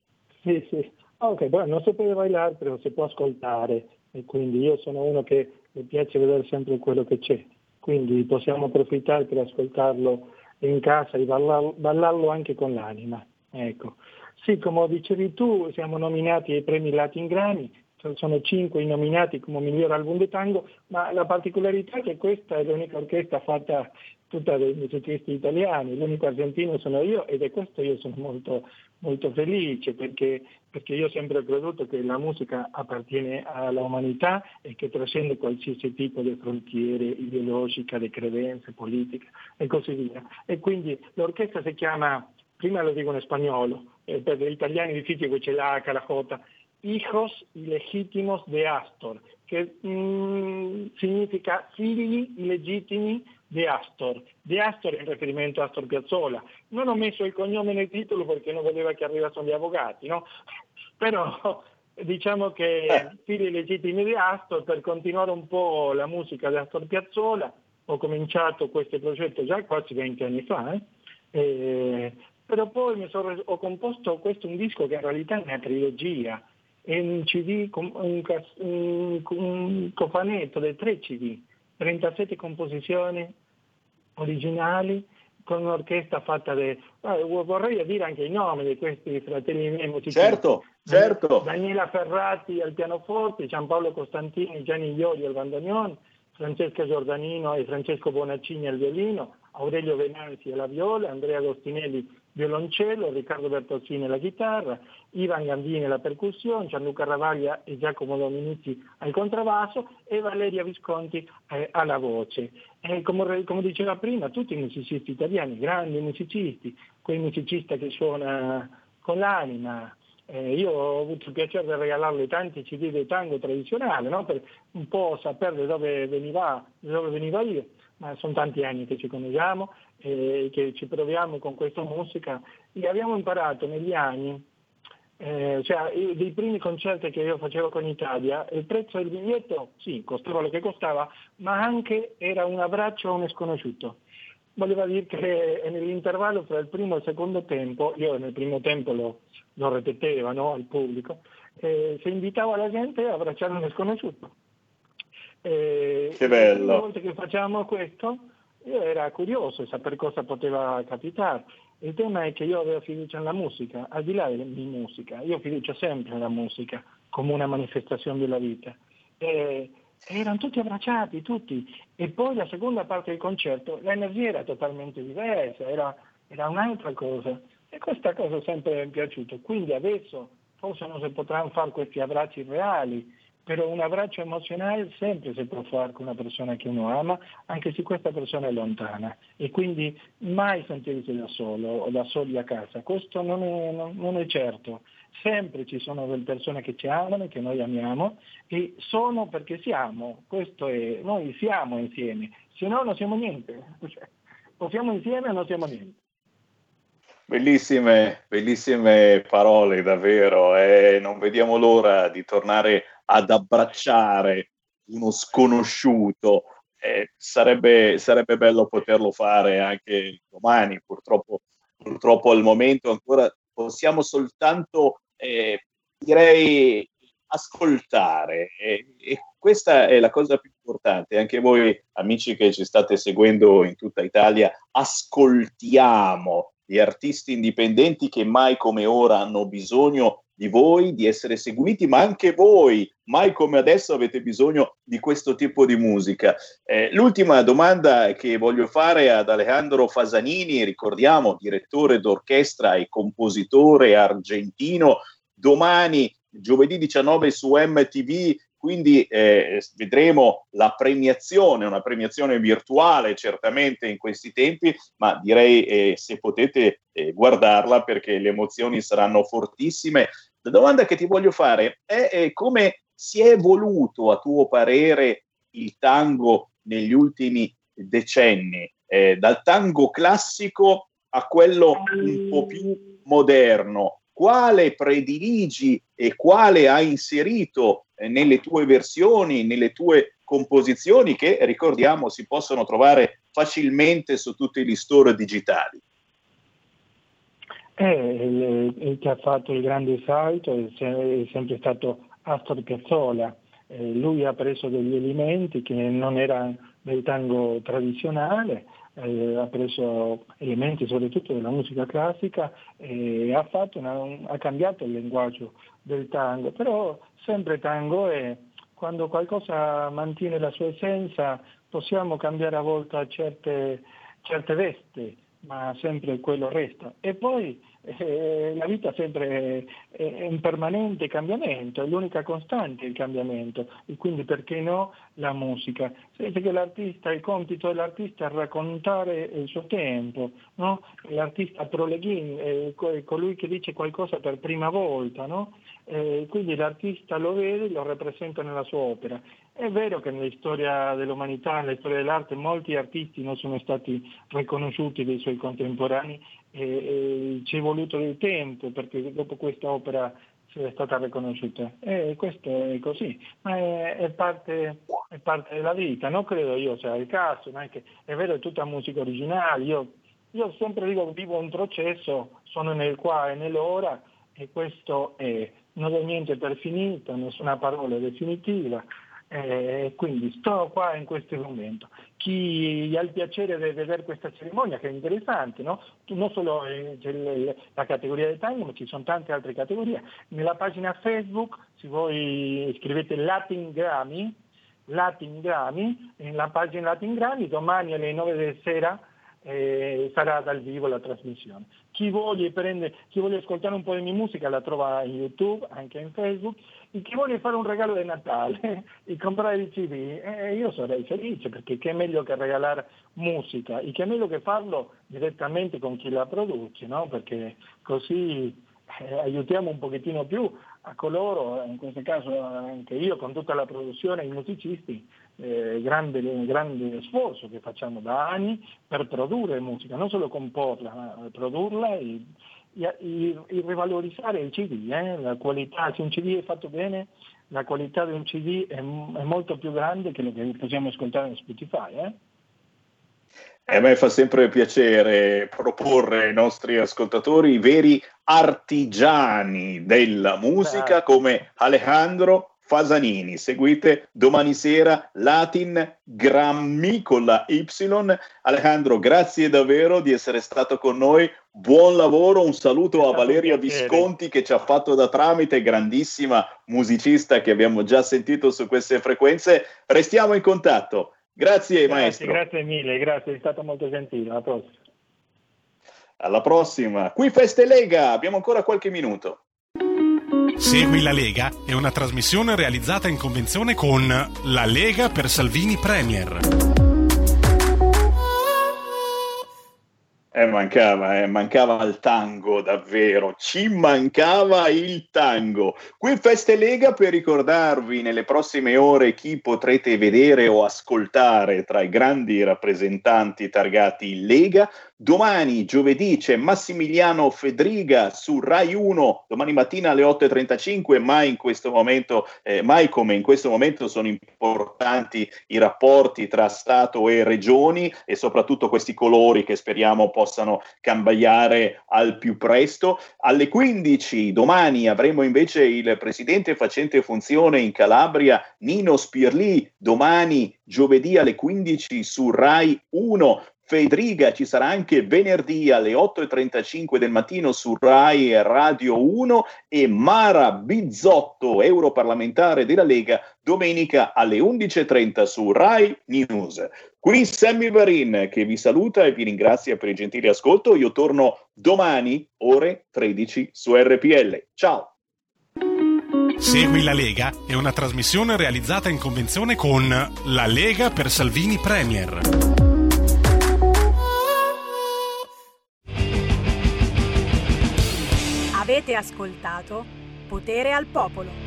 Sì, sì. Ok, bueno, non si può ballare, però si può ascoltare, e quindi io sono uno che mi piace vedere sempre quello che c'è, quindi possiamo approfittare per ascoltarlo in casa e ballarlo, ballarlo anche con l'anima. Ecco. Sì, come dicevi tu, siamo nominati ai premi Latin Grammy, sono cinque i nominati come miglior album di tango, ma la particolarità è che questa è l'unica orchestra fatta tutta dai musicisti italiani, l'unico argentino sono io, ed è questo io sono molto, molto felice, perché, perché io ho sempre creduto che la musica appartiene alla umanità e che trascende qualsiasi tipo di frontiere ideologica, di credenze, politica e così via. E quindi l'orchestra si chiama, prima lo dico in spagnolo, eh, per gli italiani è difficile che c'è la H, la J, Hijos Ilegítimos de Astor, che mh, significa figli illegittimi di Astor. Di Astor è in riferimento a Astor Piazzolla. Non ho messo il cognome nel titolo perché non voleva che arrivassero gli avvocati, no? Però diciamo che figli illegittimi di Astor, per continuare un po' la musica di Astor Piazzolla, ho cominciato questo progetto già quasi venti anni fa, eh? E, però poi mi sono, ho composto questo un disco che in realtà è una trilogia, è un C D, un, un, un cofanetto di tre C D, trentasette composizioni originali con un'orchestra fatta di... Eh, vorrei dire anche i nomi di questi fratelli miei musicisti. Certo, certo. Daniela Ferrati al pianoforte, Giampaolo Costantini, Gianni Iori al bandoneon, Francesca Giordanino e Francesco Bonaccini al violino, Aurelio Venanzi alla viola, Andrea Agostinelli violoncello, Riccardo Bertozzini alla chitarra, Ivan Gambini alla percussione, Gianluca Ravaglia e Giacomo Dominici al contrabbasso e Valeria Visconti eh, alla voce. E come, come diceva prima, tutti i musicisti italiani, grandi musicisti, quei musicisti che suona con l'anima. Eh, io ho avuto il piacere di regalarle tanti C D di tango tradizionale, no? Per un po' sapere da dove veniva, da dove veniva io, ma sono tanti anni che ci conosciamo e che ci proviamo con questa musica e abbiamo imparato negli anni Eh, cioè, io, dei primi concerti che io facevo con Italia, il prezzo del biglietto sì, costava lo che costava, ma anche era un abbraccio a un sconosciuto. Voleva dire che nell'intervallo tra il primo e il secondo tempo, io nel primo tempo lo, lo ripetevo, no, al pubblico, eh, se invitava la gente a abbracciare un sconosciuto. Eh, che bello! Le volte che facciamo questo, io era curioso di sapere cosa poteva capitare. Il tema è che io avevo fiducia nella musica, al di là della mia musica, io fiducia sempre nella musica come una manifestazione della vita. E, erano tutti abbracciati, tutti. E poi la seconda parte del concerto, l'energia era totalmente diversa, era, era un'altra cosa. E questa cosa sempre mi è piaciuta. Quindi adesso forse non si potranno fare questi abbracci reali, però un abbraccio emozionale sempre si può fare con una persona che uno ama, anche se questa persona è lontana. E quindi mai sentirsi da solo o da soli a casa. Questo non è, non, non è certo. Sempre ci sono delle persone che ci amano e che noi amiamo e sono perché siamo, questo è, noi siamo insieme, se no non siamo niente, o siamo insieme o non siamo niente. Bellissime, bellissime parole davvero, e non vediamo l'ora di tornare ad abbracciare uno sconosciuto. Eh, sarebbe, sarebbe bello poterlo fare anche domani, purtroppo, purtroppo al momento ancora possiamo soltanto Eh, direi ascoltare e, e questa è la cosa più importante. Anche voi amici che ci state seguendo in tutta Italia, ascoltiamo gli artisti indipendenti che mai come ora hanno bisogno di voi, di essere seguiti, ma anche voi mai come adesso avete bisogno di questo tipo di musica. Eh, l'ultima domanda che voglio fare ad Alejandro Fasanini, ricordiamo direttore d'orchestra e compositore argentino, domani giovedì diciannove su M T V, quindi eh, vedremo la premiazione, una premiazione virtuale certamente in questi tempi, ma direi eh, se potete eh, guardarla perché le emozioni saranno fortissime. La domanda che ti voglio fare è, è come si è evoluto a tuo parere il tango negli ultimi decenni, eh, dal tango classico a quello un po' più moderno. Quale prediligi e quale hai inserito eh, nelle tue versioni, nelle tue composizioni che, ricordiamo, si possono trovare facilmente su tutti gli store digitali? Eh, il, il che ha fatto il grande salto è, se, è sempre stato Astor Piazzolla. Eh, lui ha preso degli elementi che non erano del tango tradizionale, eh, ha preso elementi soprattutto della musica classica e ha, fatto una, un, ha cambiato il linguaggio del tango, però sempre tango è quando qualcosa mantiene la sua essenza, possiamo cambiare a volte certe, certe vesti, ma sempre quello resta. E poi eh, la vita sempre è, è un permanente cambiamento, è l'unica costante il cambiamento, e quindi perché no la musica? Sapete che l'artista, il compito dell'artista è raccontare il suo tempo, no? L'artista proleghin, è colui che dice qualcosa per prima volta, no? Eh, quindi l'artista lo vede e lo rappresenta nella sua opera. È vero che nella storia dell'umanità, nella storia dell'arte, molti artisti non sono stati riconosciuti dai suoi contemporanei e, e ci è voluto del tempo perché dopo questa opera sia stata riconosciuta. E questo è così, ma è, è, parte, è parte della vita, non credo io sia il caso, non è, che, è vero, è tutta musica originale, io, io sempre dico vivo un processo, sono nel qua e nell'ora e questo è, non ho niente per finito, nessuna parola definitiva. Eh, quindi sto qua in questo momento. Chi ha il piacere di vedere questa cerimonia, che è interessante, no? Non solo eh, c'è le, la categoria del tango, ma ci sono tante altre categorie. Nella pagina Facebook, se voi scrivete Latin Grammy, Latin Grammy, nella pagina Latin Grammy, domani alle nove della sera eh, sarà dal vivo la trasmissione. Chi voglia, prende, chi voglia ascoltare un po' di mia musica la trova in YouTube, anche in Facebook. E chi vuole fare un regalo di Natale e comprare il C D, eh, io sarei felice, perché che è meglio che regalare musica e che è meglio che farlo direttamente con chi la produce, no? Perché così eh, aiutiamo un pochettino più a coloro, in questo caso anche io con tutta la produzione, i musicisti, eh, grande, grande sforzo che facciamo da anni per produrre musica, non solo comporla, ma produrla e il, il rivalorizzare il C D, eh? La qualità, se un C D è fatto bene, la qualità di un C D è, è molto più grande che lo che possiamo ascoltare su Spotify. Eh? E a me fa sempre piacere proporre ai nostri ascoltatori i veri artigiani della musica, come Alejandro Fasanini. Seguite domani sera Latin Grammy con la Y. Alejandro, grazie davvero di essere stato con noi, buon lavoro, un saluto a Valeria Visconti che ci ha fatto da tramite, grandissima musicista che abbiamo già sentito su queste frequenze. Restiamo in contatto. Grazie, grazie maestro. Grazie mille, grazie, è stato molto gentile. Alla prossima. Alla prossima. Qui Feste Lega, abbiamo ancora qualche minuto. Segui la Lega è una trasmissione realizzata in convenzione con La Lega per Salvini Premier. Eh, mancava, eh, mancava il tango, davvero, ci mancava il tango. Qui Feste Lega per ricordarvi nelle prossime ore chi potrete vedere o ascoltare tra i grandi rappresentanti targati Lega. Domani, giovedì, c'è Massimiliano Fedriga su Rai uno, domani mattina alle otto e trentacinque, mai in questo momento, eh, mai come in questo momento sono importanti i rapporti tra Stato e Regioni e soprattutto questi colori che speriamo possano cambiare al più presto. Alle quindici domani avremo invece il presidente facente funzione in Calabria, Nino Spirlì, domani giovedì alle quindici su Rai uno. Fedriga ci sarà anche venerdì alle otto e trentacinque del mattino su Rai Radio uno e Mara Bizzotto, europarlamentare della Lega, domenica alle undici e trenta su Rai News. Qui Sammy Varin che vi saluta e vi ringrazia per il gentile ascolto. Io torno domani ore tredici su R P L. Ciao! Segui la Lega è una trasmissione realizzata in convenzione con La Lega per Salvini Premier. Avete ascoltato Potere al Popolo.